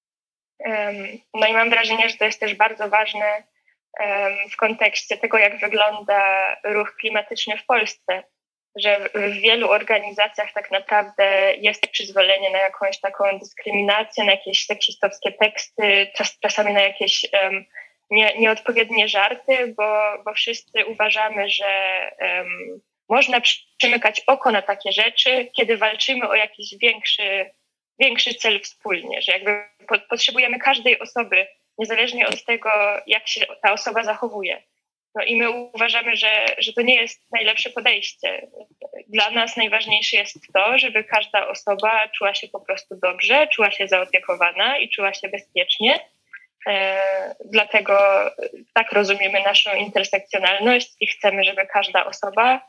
No i mam wrażenie, że to jest też bardzo ważne w kontekście tego, jak wygląda ruch klimatyczny w Polsce, że w wielu organizacjach tak naprawdę jest przyzwolenie na jakąś taką dyskryminację, na jakieś seksistowskie teksty, czasami na jakieś nieodpowiednie żarty, bo wszyscy uważamy, że można przymykać oko na takie rzeczy, kiedy walczymy o jakiś większy cel wspólnie, że jakby potrzebujemy każdej osoby, niezależnie od tego, jak się ta osoba zachowuje. No i my uważamy, że to nie jest najlepsze podejście. Dla nas najważniejsze jest to, żeby każda osoba czuła się po prostu dobrze, czuła się zaopiekowana i czuła się bezpiecznie. Dlatego tak rozumiemy naszą intersekcjonalność i chcemy, żeby każda osoba,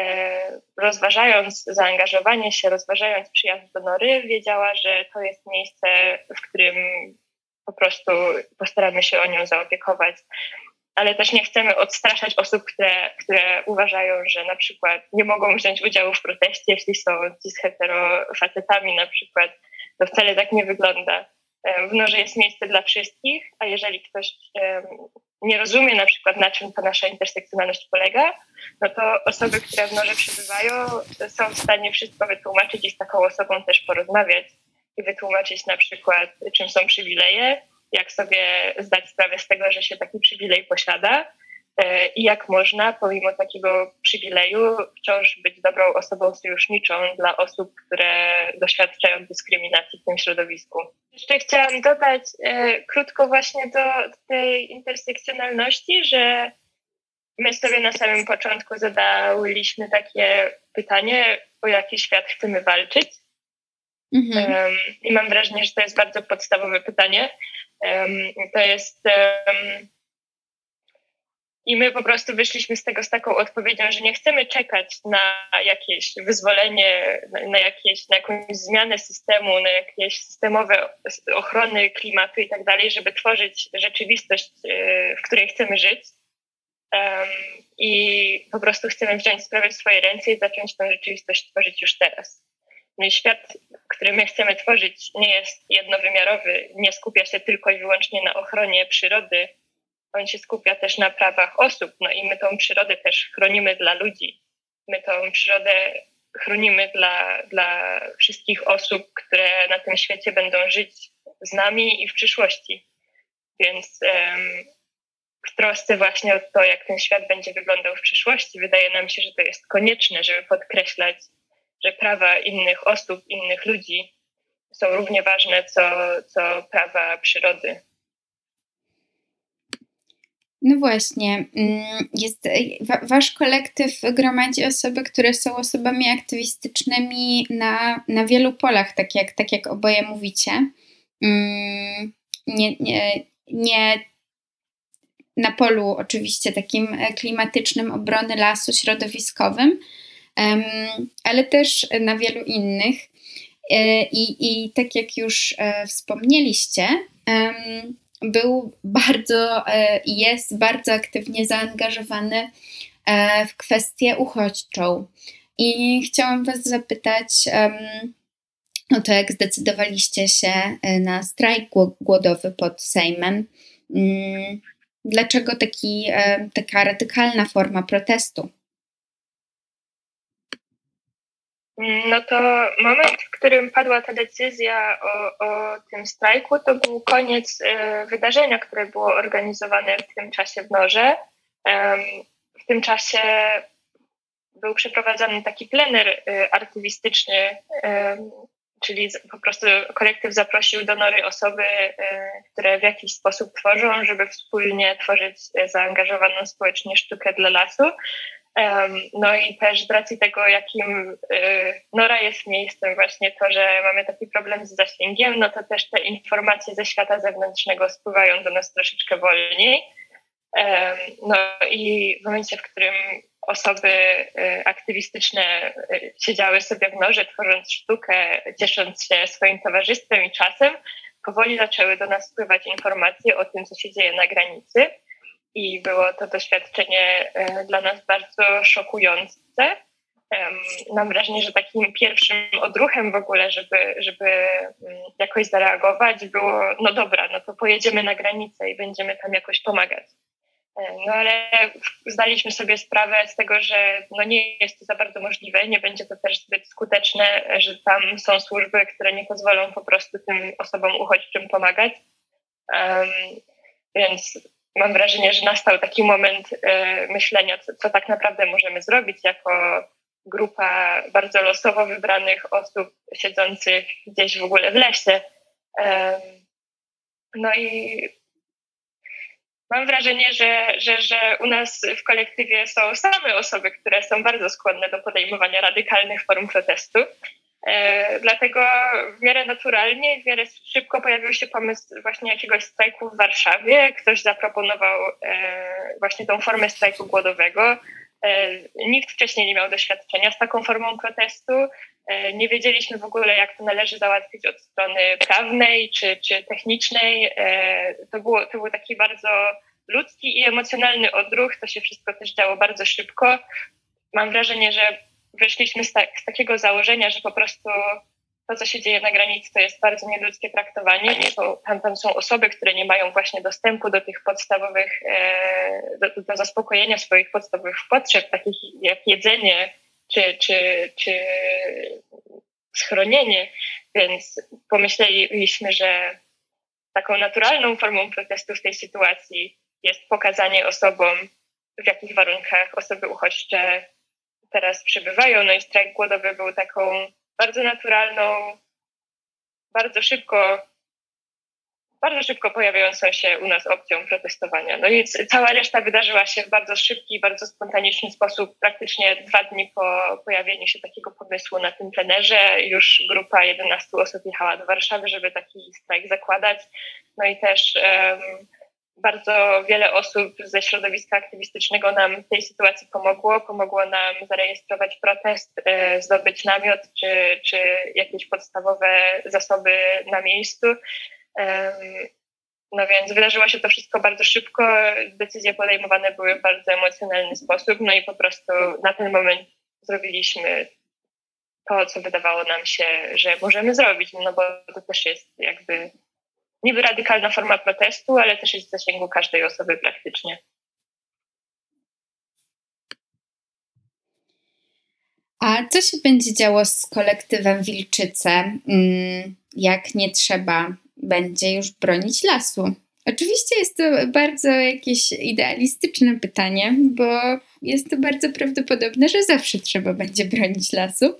rozważając zaangażowanie się, rozważając przyjazd do Nory, wiedziała, że to jest miejsce, w którym po prostu postaramy się o nią zaopiekować. Ale też nie chcemy odstraszać osób, które uważają, że na przykład nie mogą wziąć udziału w proteście, jeśli są cis-hetero-facetami na przykład. To wcale tak nie wygląda. W Norze jest miejsce dla wszystkich, a jeżeli ktoś nie rozumie na przykład, na czym ta nasza intersekcjonalność polega, no to osoby, które w Norze przebywają, są w stanie wszystko wytłumaczyć i z taką osobą też porozmawiać i wytłumaczyć na przykład, czym są przywileje, jak sobie zdać sprawę z tego, że się taki przywilej posiada i jak można pomimo takiego przywileju wciąż być dobrą osobą sojuszniczą dla osób, które doświadczają dyskryminacji w tym środowisku. Jeszcze chciałam dodać krótko właśnie do tej intersekcjonalności, że my sobie na samym początku zadałyśmy takie pytanie, o jaki świat chcemy walczyć. I mam wrażenie, że to jest bardzo podstawowe pytanie. To jest... I my po prostu wyszliśmy z tego z taką odpowiedzią, że nie chcemy czekać na jakieś wyzwolenie, na jakąś zmianę systemu, na jakieś systemowe ochrony klimatu i tak dalej, żeby tworzyć rzeczywistość, w której chcemy żyć. I po prostu chcemy wziąć sprawę w swoje ręce i zacząć tę rzeczywistość tworzyć już teraz. No i świat, który my chcemy tworzyć, nie jest jednowymiarowy, nie skupia się tylko i wyłącznie na ochronie przyrody. On się skupia też na prawach osób, no i my tą przyrodę też chronimy dla ludzi. My tą przyrodę chronimy dla wszystkich osób, które na tym świecie będą żyć z nami i w przyszłości. Więc w trosce właśnie o to, jak ten świat będzie wyglądał w przyszłości, wydaje nam się, że to jest konieczne, żeby podkreślać, że prawa innych osób, innych ludzi są równie ważne, co prawa przyrody. No właśnie, wasz kolektyw gromadzi osoby, które są osobami aktywistycznymi na wielu polach, tak jak oboje mówicie. Nie na polu oczywiście takim klimatycznym, obrony lasu, środowiskowym, ale też na wielu innych. I tak jak już wspomnieliście, był bardzo i jest bardzo aktywnie zaangażowany w kwestię uchodźczą. I chciałam was zapytać o to, jak zdecydowaliście się na strajk głodowy pod Sejmem. Dlaczego taka radykalna forma protestu? No to moment, w którym padła ta decyzja o tym strajku, to był koniec wydarzenia, które było organizowane w tym czasie w Norze. W tym czasie był przeprowadzany taki plener aktywistyczny czyli po prostu kolektyw zaprosił do Nory osoby, które w jakiś sposób tworzą, żeby wspólnie tworzyć zaangażowaną społecznie sztukę dla lasu. No i też z racji tego, jakim Nora jest miejscem, właśnie to, że mamy taki problem z zasięgiem, no to też te informacje ze świata zewnętrznego spływają do nas troszeczkę wolniej. No i w momencie, w którym osoby aktywistyczne siedziały sobie w Norze, tworząc sztukę, ciesząc się swoim towarzystwem i czasem, powoli zaczęły do nas spływać informacje o tym, co się dzieje na granicy. I było to doświadczenie dla nas bardzo szokujące. Mam wrażenie, że takim pierwszym odruchem w ogóle, żeby jakoś zareagować, było no dobra, no to pojedziemy na granicę i będziemy tam jakoś pomagać. No ale zdaliśmy sobie sprawę z tego, że no nie jest to za bardzo możliwe, nie będzie to też zbyt skuteczne, że tam są służby, które nie pozwolą po prostu tym osobom uchodźczym pomagać. Więc mam wrażenie, że nastał taki moment myślenia, co tak naprawdę możemy zrobić jako grupa bardzo losowo wybranych osób siedzących gdzieś w ogóle w lesie. No i mam wrażenie, że u nas w kolektywie są same osoby, które są bardzo skłonne do podejmowania radykalnych form protestu. Dlatego w miarę naturalnie, w miarę szybko pojawił się pomysł właśnie jakiegoś strajku w Warszawie. Ktoś zaproponował właśnie tą formę strajku głodowego. Nikt wcześniej nie miał doświadczenia z taką formą protestu. Nie wiedzieliśmy w ogóle, jak to należy załatwić od strony prawnej czy technicznej. To był taki bardzo ludzki i emocjonalny odruch. To się wszystko też działo bardzo szybko. Mam wrażenie, że wyszliśmy z takiego założenia, że po prostu to, co się dzieje na granicy, to jest bardzo nieludzkie traktowanie. Tam są osoby, które nie mają właśnie dostępu do tych podstawowych, do zaspokojenia swoich podstawowych potrzeb, takich jak jedzenie czy schronienie. Więc pomyśleliśmy, że taką naturalną formą protestu w tej sytuacji jest pokazanie osobom, w jakich warunkach osoby uchodźcze teraz przebywają. No i strajk głodowy był taką bardzo naturalną, bardzo szybko pojawiającą się u nas opcją protestowania. No i cała reszta wydarzyła się w bardzo szybki, bardzo spontaniczny sposób. Praktycznie 2 dni po pojawieniu się takiego pomysłu na tym plenerze już grupa 11 osób jechała do Warszawy, żeby taki strajk zakładać. No i też bardzo wiele osób ze środowiska aktywistycznego nam w tej sytuacji pomogło. Pomogło nam zarejestrować protest, zdobyć namiot czy jakieś podstawowe zasoby na miejscu. No więc wydarzyło się to wszystko bardzo szybko. Decyzje podejmowane były w bardzo emocjonalny sposób. No i po prostu na ten moment zrobiliśmy to, co wydawało nam się, że możemy zrobić. No bo to też jest jakby niby radykalna forma protestu, ale też jest w zasięgu każdej osoby praktycznie. A co się będzie działo z kolektywem Wilczyce, jak nie trzeba będzie już bronić lasu? Oczywiście jest to bardzo jakieś idealistyczne pytanie, bo jest to bardzo prawdopodobne, że zawsze trzeba będzie bronić lasu.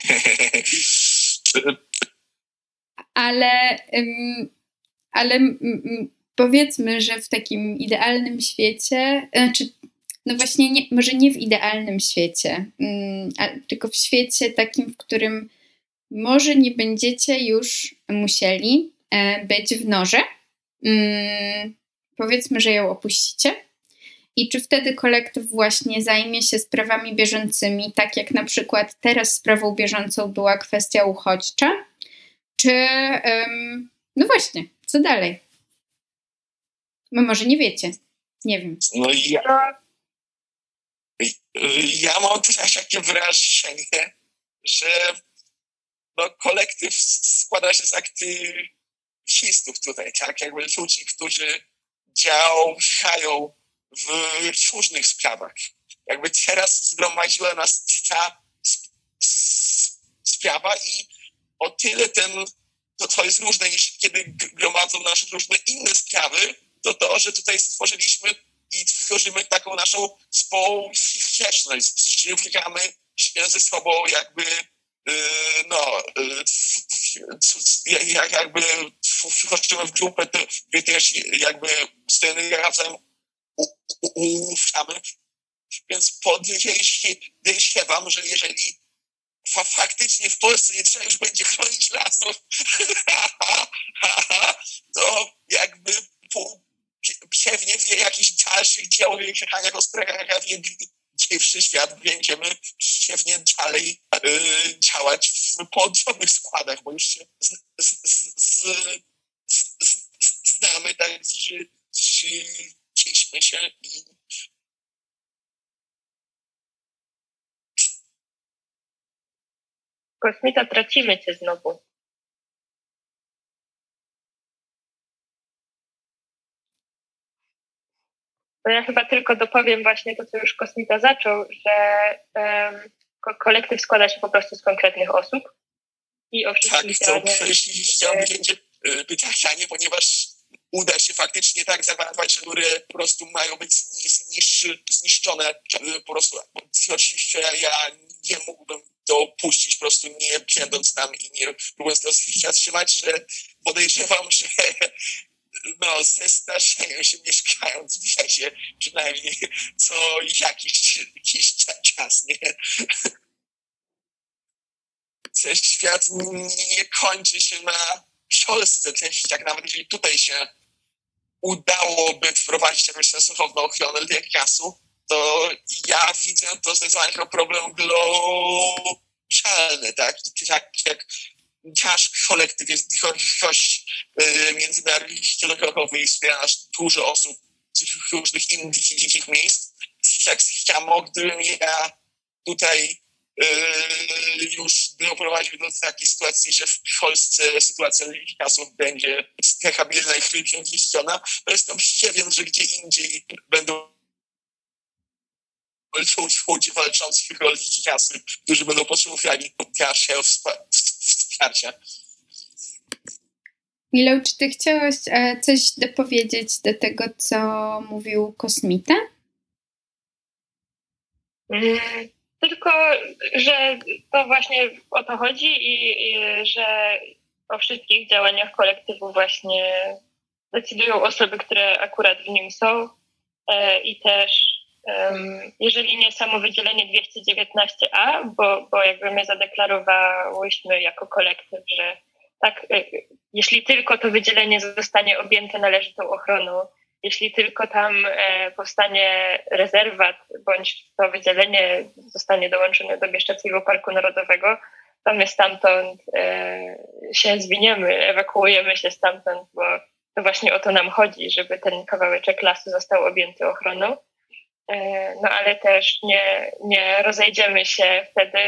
Ale powiedzmy, że w takim idealnym świecie, no właśnie może nie w idealnym świecie, tylko w świecie takim, w którym może nie będziecie już musieli być w Norze. Powiedzmy, że ją opuścicie. I czy wtedy kolektyw właśnie zajmie się sprawami bieżącymi, tak jak na przykład teraz sprawą bieżącą była kwestia uchodźcza? Czy, no właśnie, co dalej? No może nie wiecie. Nie wiem. No ja mam też takie wrażenie, że kolektyw składa się z aktywistów tutaj, tak? Jakby ludzi, którzy działają w różnych sprawach. Jakby teraz zgromadziła nas ta sprawa i o tyle to jest różne niż kiedy gromadzą nas różne inne sprawy, to, że tutaj stworzyliśmy i tworzymy taką naszą społeczność, że wpieramy się ze sobą jakby jakby wchodzimy w grupę, to wy też jakby z tym razem ufamy. Więc podejrzewam, że jeżeli faktycznie w Polsce nie trzeba już będzie chronić lasów, to jakby pewnie w jakichś dalszych działaniach o sprawiedliwy świat będziemy pewnie dalej działać w podobnych składach, bo już się znamy, tak, zżyliśmy się i Kosmita, tracimy cię znowu. To ja chyba tylko dopowiem właśnie to, co już Kosmita zaczął, że kolektyw składa się po prostu z konkretnych osób i o wszystkich działaniach. Tak, chciałbym będzie pytanie, ponieważ uda się faktycznie tak zagwarantować, że góry po prostu mają być zniszczone. Po prostu oczywiście ja nie mógłbym to puścić, po prostu nie będąc tam i nie próbując to zatrzymać, że podejrzewam, że zestarzają się mieszkając w lesie przynajmniej co jakiś czas, nie? Świat nie kończy się na Polsce, tak nawet jeżeli tutaj się udałoby wprowadzić jakąś sensowną ochronę lasu, to ja widzę to zdecydowanie jako problem globalny, tak? I tak jak nasz kolektyw jest międzynarodowy i wspiera nas dużo osób z różnych innych miejsc, tak samo gdybym ja tutaj już doprowadził do takiej sytuacji, że w Polsce sytuacja lasów będzie stabilna i chwilkę zniszczona, to jestem pewien, że gdzie indziej będą ludzie walczących o lasy, którzy będą potrzebowali naszego wsparcia. Milo, czy ty chciałaś coś dopowiedzieć do tego, co mówił Kosmita? Tylko, że to właśnie o to chodzi i że o wszystkich działaniach kolektywu właśnie decydują osoby, które akurat w nim są i też jeżeli nie samowydzielenie 219a, bo jakby my zadeklarowałyśmy jako kolektyw, że tak, jeśli tylko to wydzielenie zostanie objęte należytą ochroną, jeśli tylko tam powstanie rezerwat, bądź to wydzielenie zostanie dołączone do Bieszczadzkiego Parku Narodowego, to my stamtąd się zwiniemy, ewakuujemy się stamtąd, bo to właśnie o to nam chodzi, żeby ten kawałeczek lasu został objęty ochroną. No ale też nie rozejdziemy się wtedy.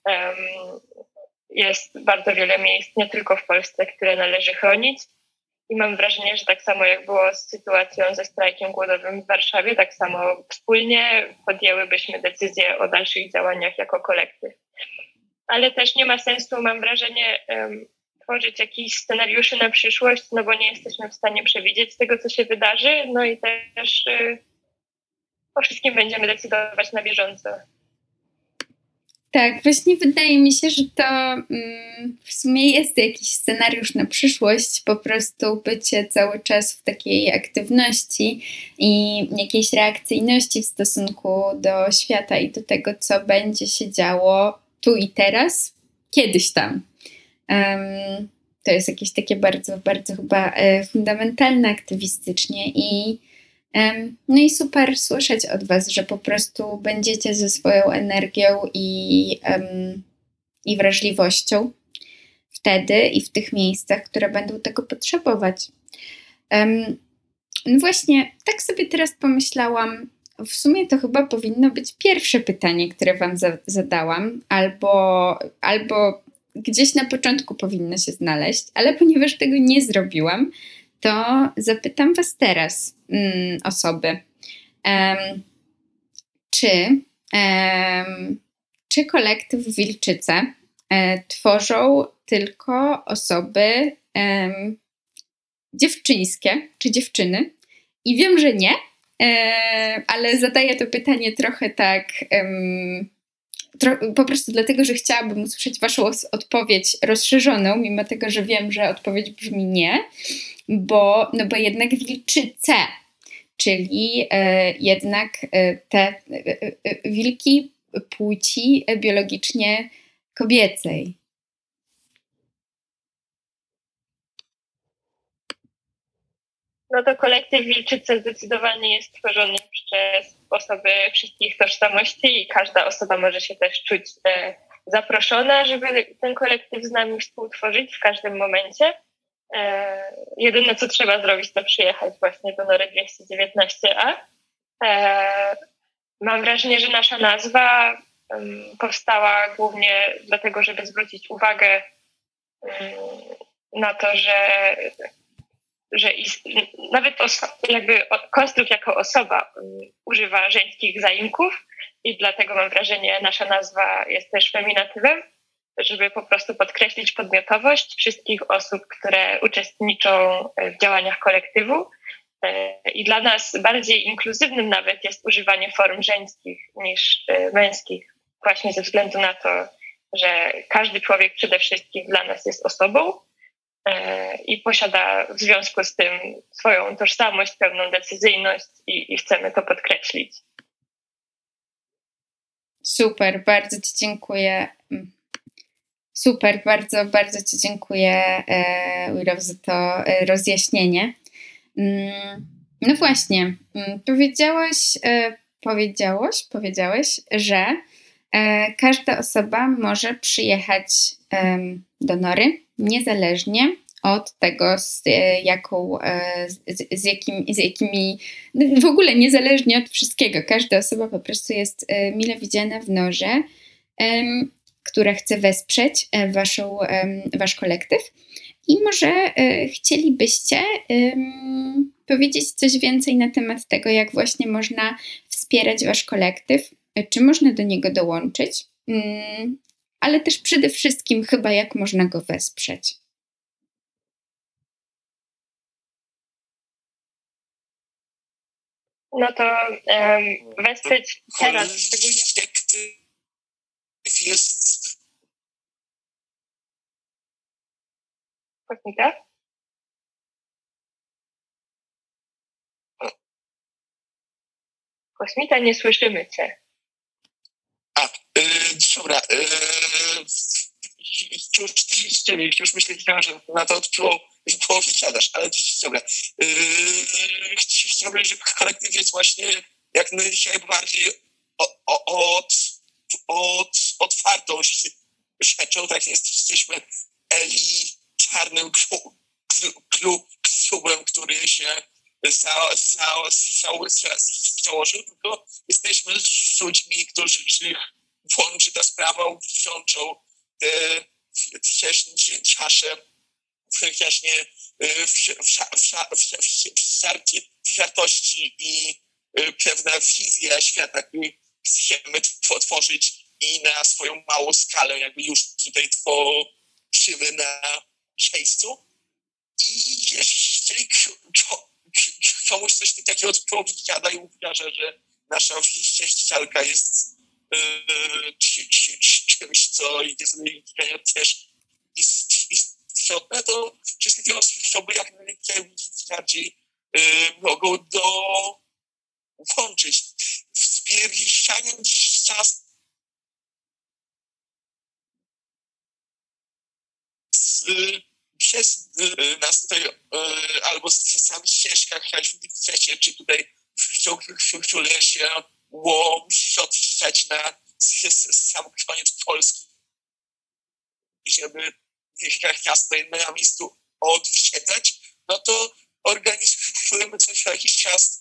Jest bardzo wiele miejsc, nie tylko w Polsce, które należy chronić. I mam wrażenie, że tak samo jak było z sytuacją ze strajkiem głodowym w Warszawie, tak samo wspólnie podjęłybyśmy decyzję o dalszych działaniach jako kolektyw. Ale też nie ma sensu, mam wrażenie, tworzyć jakichś scenariuszy na przyszłość, no bo nie jesteśmy w stanie przewidzieć tego, co się wydarzy, no i też o wszystkim będziemy decydować na bieżąco. Tak, właśnie wydaje mi się, że to w sumie jest jakiś scenariusz na przyszłość, po prostu bycie cały czas w takiej aktywności i jakiejś reakcyjności w stosunku do świata i do tego, co będzie się działo tu i teraz, kiedyś tam. To jest jakieś takie bardzo, bardzo chyba fundamentalne aktywistycznie no i super słyszeć od was, że po prostu będziecie ze swoją energią i wrażliwością wtedy i w tych miejscach, które będą tego potrzebować. No właśnie, tak sobie teraz pomyślałam, w sumie to chyba powinno być pierwsze pytanie, które wam zadałam, albo gdzieś na początku powinno się znaleźć, ale ponieważ tego nie zrobiłam, to zapytam was teraz, osoby, czy kolektyw Wilczyce tworzą tylko osoby dziewczyńskie, czy dziewczyny? I wiem, że nie, ale zadaję to pytanie trochę tak po prostu dlatego, że chciałabym usłyszeć waszą odpowiedź rozszerzoną, mimo tego, że wiem, że odpowiedź brzmi nie, bo jednak wilczyce, czyli jednak te wilki płci biologicznie kobiecej. No to kolektyw Wilczyce zdecydowanie jest tworzony przez osoby wszystkich tożsamości i każda osoba może się też czuć zaproszona, żeby ten kolektyw z nami współtworzyć w każdym momencie. Jedyne, co trzeba zrobić, to przyjechać właśnie do Nory 219A. Mam wrażenie, że nasza nazwa powstała głównie dlatego, żeby zwrócić uwagę na to, że nawet jakby konstrukt jako osoba używa żeńskich zaimków i dlatego mam wrażenie, nasza nazwa jest też feminatywem, żeby po prostu podkreślić podmiotowość wszystkich osób, które uczestniczą w działaniach kolektywu. I dla nas bardziej inkluzywnym nawet jest używanie form żeńskich niż męskich, właśnie ze względu na to, że każdy człowiek przede wszystkim dla nas jest osobą i posiada w związku z tym swoją tożsamość, pewną decyzyjność i chcemy to podkreślić. Super, bardzo ci dziękuję. Super, bardzo, bardzo ci dziękuję, Wirow, za to rozjaśnienie. No właśnie, powiedziałeś, że każda osoba może przyjechać do Nory, niezależnie od tego, z jakimi, w ogóle niezależnie od wszystkiego. Każda osoba po prostu jest mile widziana w Norze, która chce wesprzeć wasz kolektyw. I może chcielibyście powiedzieć coś więcej na temat tego, jak właśnie można wspierać wasz kolektyw, czy można do niego dołączyć, ale też przede wszystkim chyba jak można go wesprzeć. No to wesprzeć teraz szczególnie... Jest... Kosmita? Kosmita, nie słyszymy cię. Dobra. Już myślałem, że na to połowie siadasz, ale dobra. Chciałbym, żeby kolektyw jest właśnie jak dzisiaj bardziej otwartą rzeczą, tak jesteśmy elitarnym klubem, który się założył, tylko jesteśmy ludźmi, których łączy ta sprawa, łączą te czasze właśnie wartości i pewna wizja świata, który chcemy tworzyć i na swoją małą skalę jakby już tutaj tworzymy na miejscu. I jeżeli komuś coś takiego odpowiada i uważa, że nasza ścieżka jest czymś, co jest też istotne, to wszystkie osoby jak najbardziej mogą dołączyć. Wspieranie czas przez nas tutaj albo sami ścieżkach, jak chcecie, czy tutaj które się odpisać na sam koniec Polski, żeby miasto na miejscu odwiedzać, no to organizujemy co jakiś czas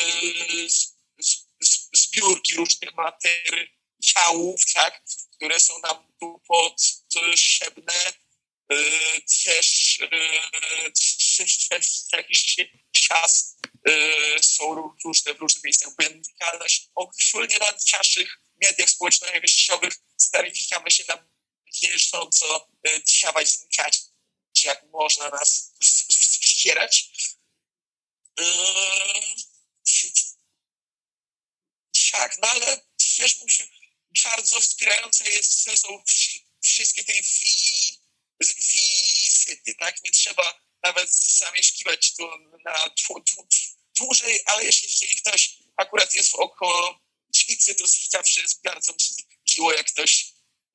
zbiórki różnych materiałów, tak, które są nam tu potrzebne. Też jakiś czas są różne w różnych miejscach wynikalność. Ogólnie na naszych mediach społecznościowych staramy się na bieżąco działać, znikać, jak można nas wspierać. Tak, no ale też bardzo wspierające są wszystkie te wizyty, tak? Nie trzeba nawet zamieszkiwać tu na dłużej, ale jeżeli ktoś akurat jest w okolicy, to zawsze jest bardzo miło, jak ktoś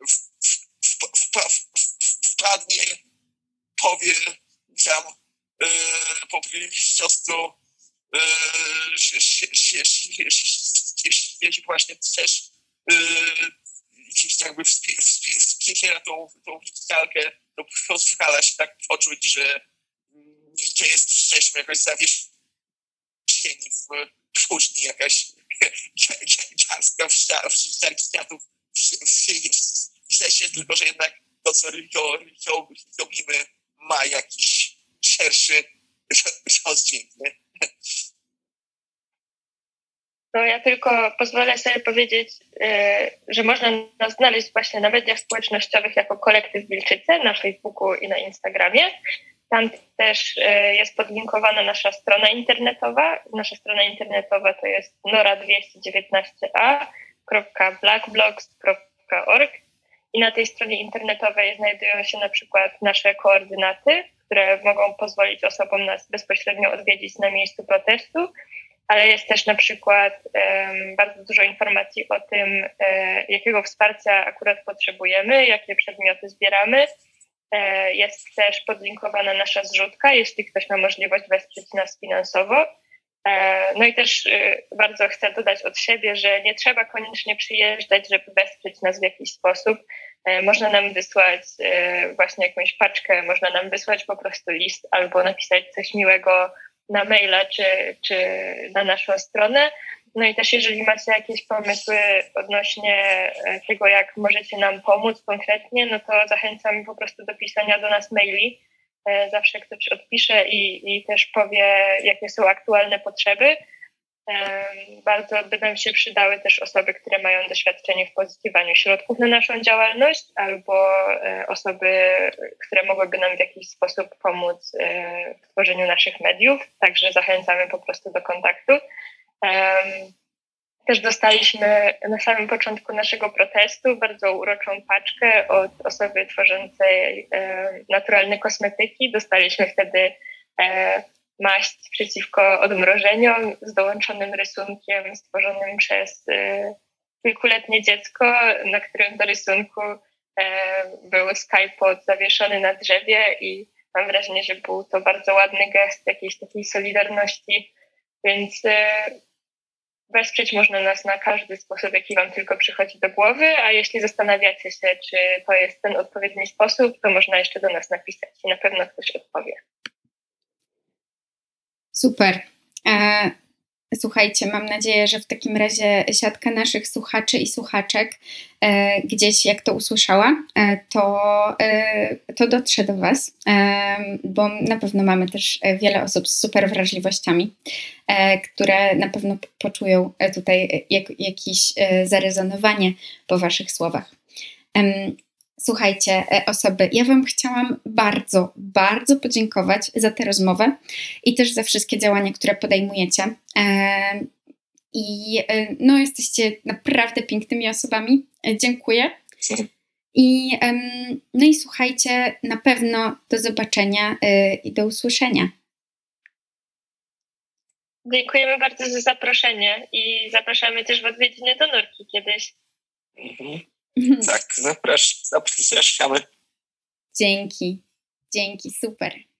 wpadnie, powie tam po prostu, jeśli właśnie też gdzieś jakby wspiera tą witalkę, to pozwala się tak poczuć, że nie jesteśmy jakoś zawieszeni w próżni, jakaś garstka kwiatów w lesie, tylko że jednak to, co robimy, ma jakiś szerszy rozdźwięk. No ja tylko pozwolę sobie powiedzieć, że można nas znaleźć właśnie na mediach społecznościowych jako Kolektyw Wilczyce na Facebooku i na Instagramie. Tam też jest podlinkowana nasza strona internetowa. Nasza strona internetowa to jest nora219a.blackblogs.org i na tej stronie internetowej znajdują się na przykład nasze koordynaty, które mogą pozwolić osobom nas bezpośrednio odwiedzić na miejscu protestu, ale jest też na przykład bardzo dużo informacji o tym, jakiego wsparcia akurat potrzebujemy, jakie przedmioty zbieramy. Jest też podlinkowana nasza zrzutka, jeśli ktoś ma możliwość wesprzeć nas finansowo. No i też bardzo chcę dodać od siebie, że nie trzeba koniecznie przyjeżdżać, żeby wesprzeć nas w jakiś sposób. Można nam wysłać właśnie jakąś paczkę, można nam wysłać po prostu list albo napisać coś miłego na maila czy na naszą stronę. No i też jeżeli macie jakieś pomysły odnośnie tego, jak możecie nam pomóc konkretnie, no to zachęcam po prostu do pisania do nas maili. Zawsze ktoś odpisze i też powie, jakie są aktualne potrzeby. Bardzo by nam się przydały też osoby, które mają doświadczenie w pozyskiwaniu środków na naszą działalność albo osoby, które mogłyby nam w jakiś sposób pomóc w tworzeniu naszych mediów. Także zachęcamy po prostu do kontaktu. Też dostaliśmy na samym początku naszego protestu bardzo uroczą paczkę od osoby tworzącej naturalne kosmetyki. Dostaliśmy wtedy maść przeciwko odmrożeniom z dołączonym rysunkiem stworzonym przez kilkuletnie dziecko, na którym do rysunku był skypod zawieszony na drzewie i mam wrażenie, że był to bardzo ładny gest jakiejś takiej solidarności, więc wesprzeć można nas na każdy sposób, jaki wam tylko przychodzi do głowy, a jeśli zastanawiacie się, czy to jest ten odpowiedni sposób, to można jeszcze do nas napisać i na pewno ktoś odpowie. Super. Słuchajcie, mam nadzieję, że w takim razie siatka naszych słuchaczy i słuchaczek gdzieś, jak to usłyszała, to dotrze do Was, bo na pewno mamy też wiele osób z super wrażliwościami, które na pewno poczują tutaj jakieś zarezonowanie po Waszych słowach. Słuchajcie, osoby, ja Wam chciałam bardzo, bardzo podziękować za tę rozmowę i też za wszystkie działania, które podejmujecie. I no, jesteście naprawdę pięknymi osobami. Dziękuję. No i słuchajcie, na pewno do zobaczenia i do usłyszenia. Dziękujemy bardzo za zaproszenie i zapraszamy też w odwiedziny do Norki kiedyś. Tak, zapraszamy. Dzięki, super.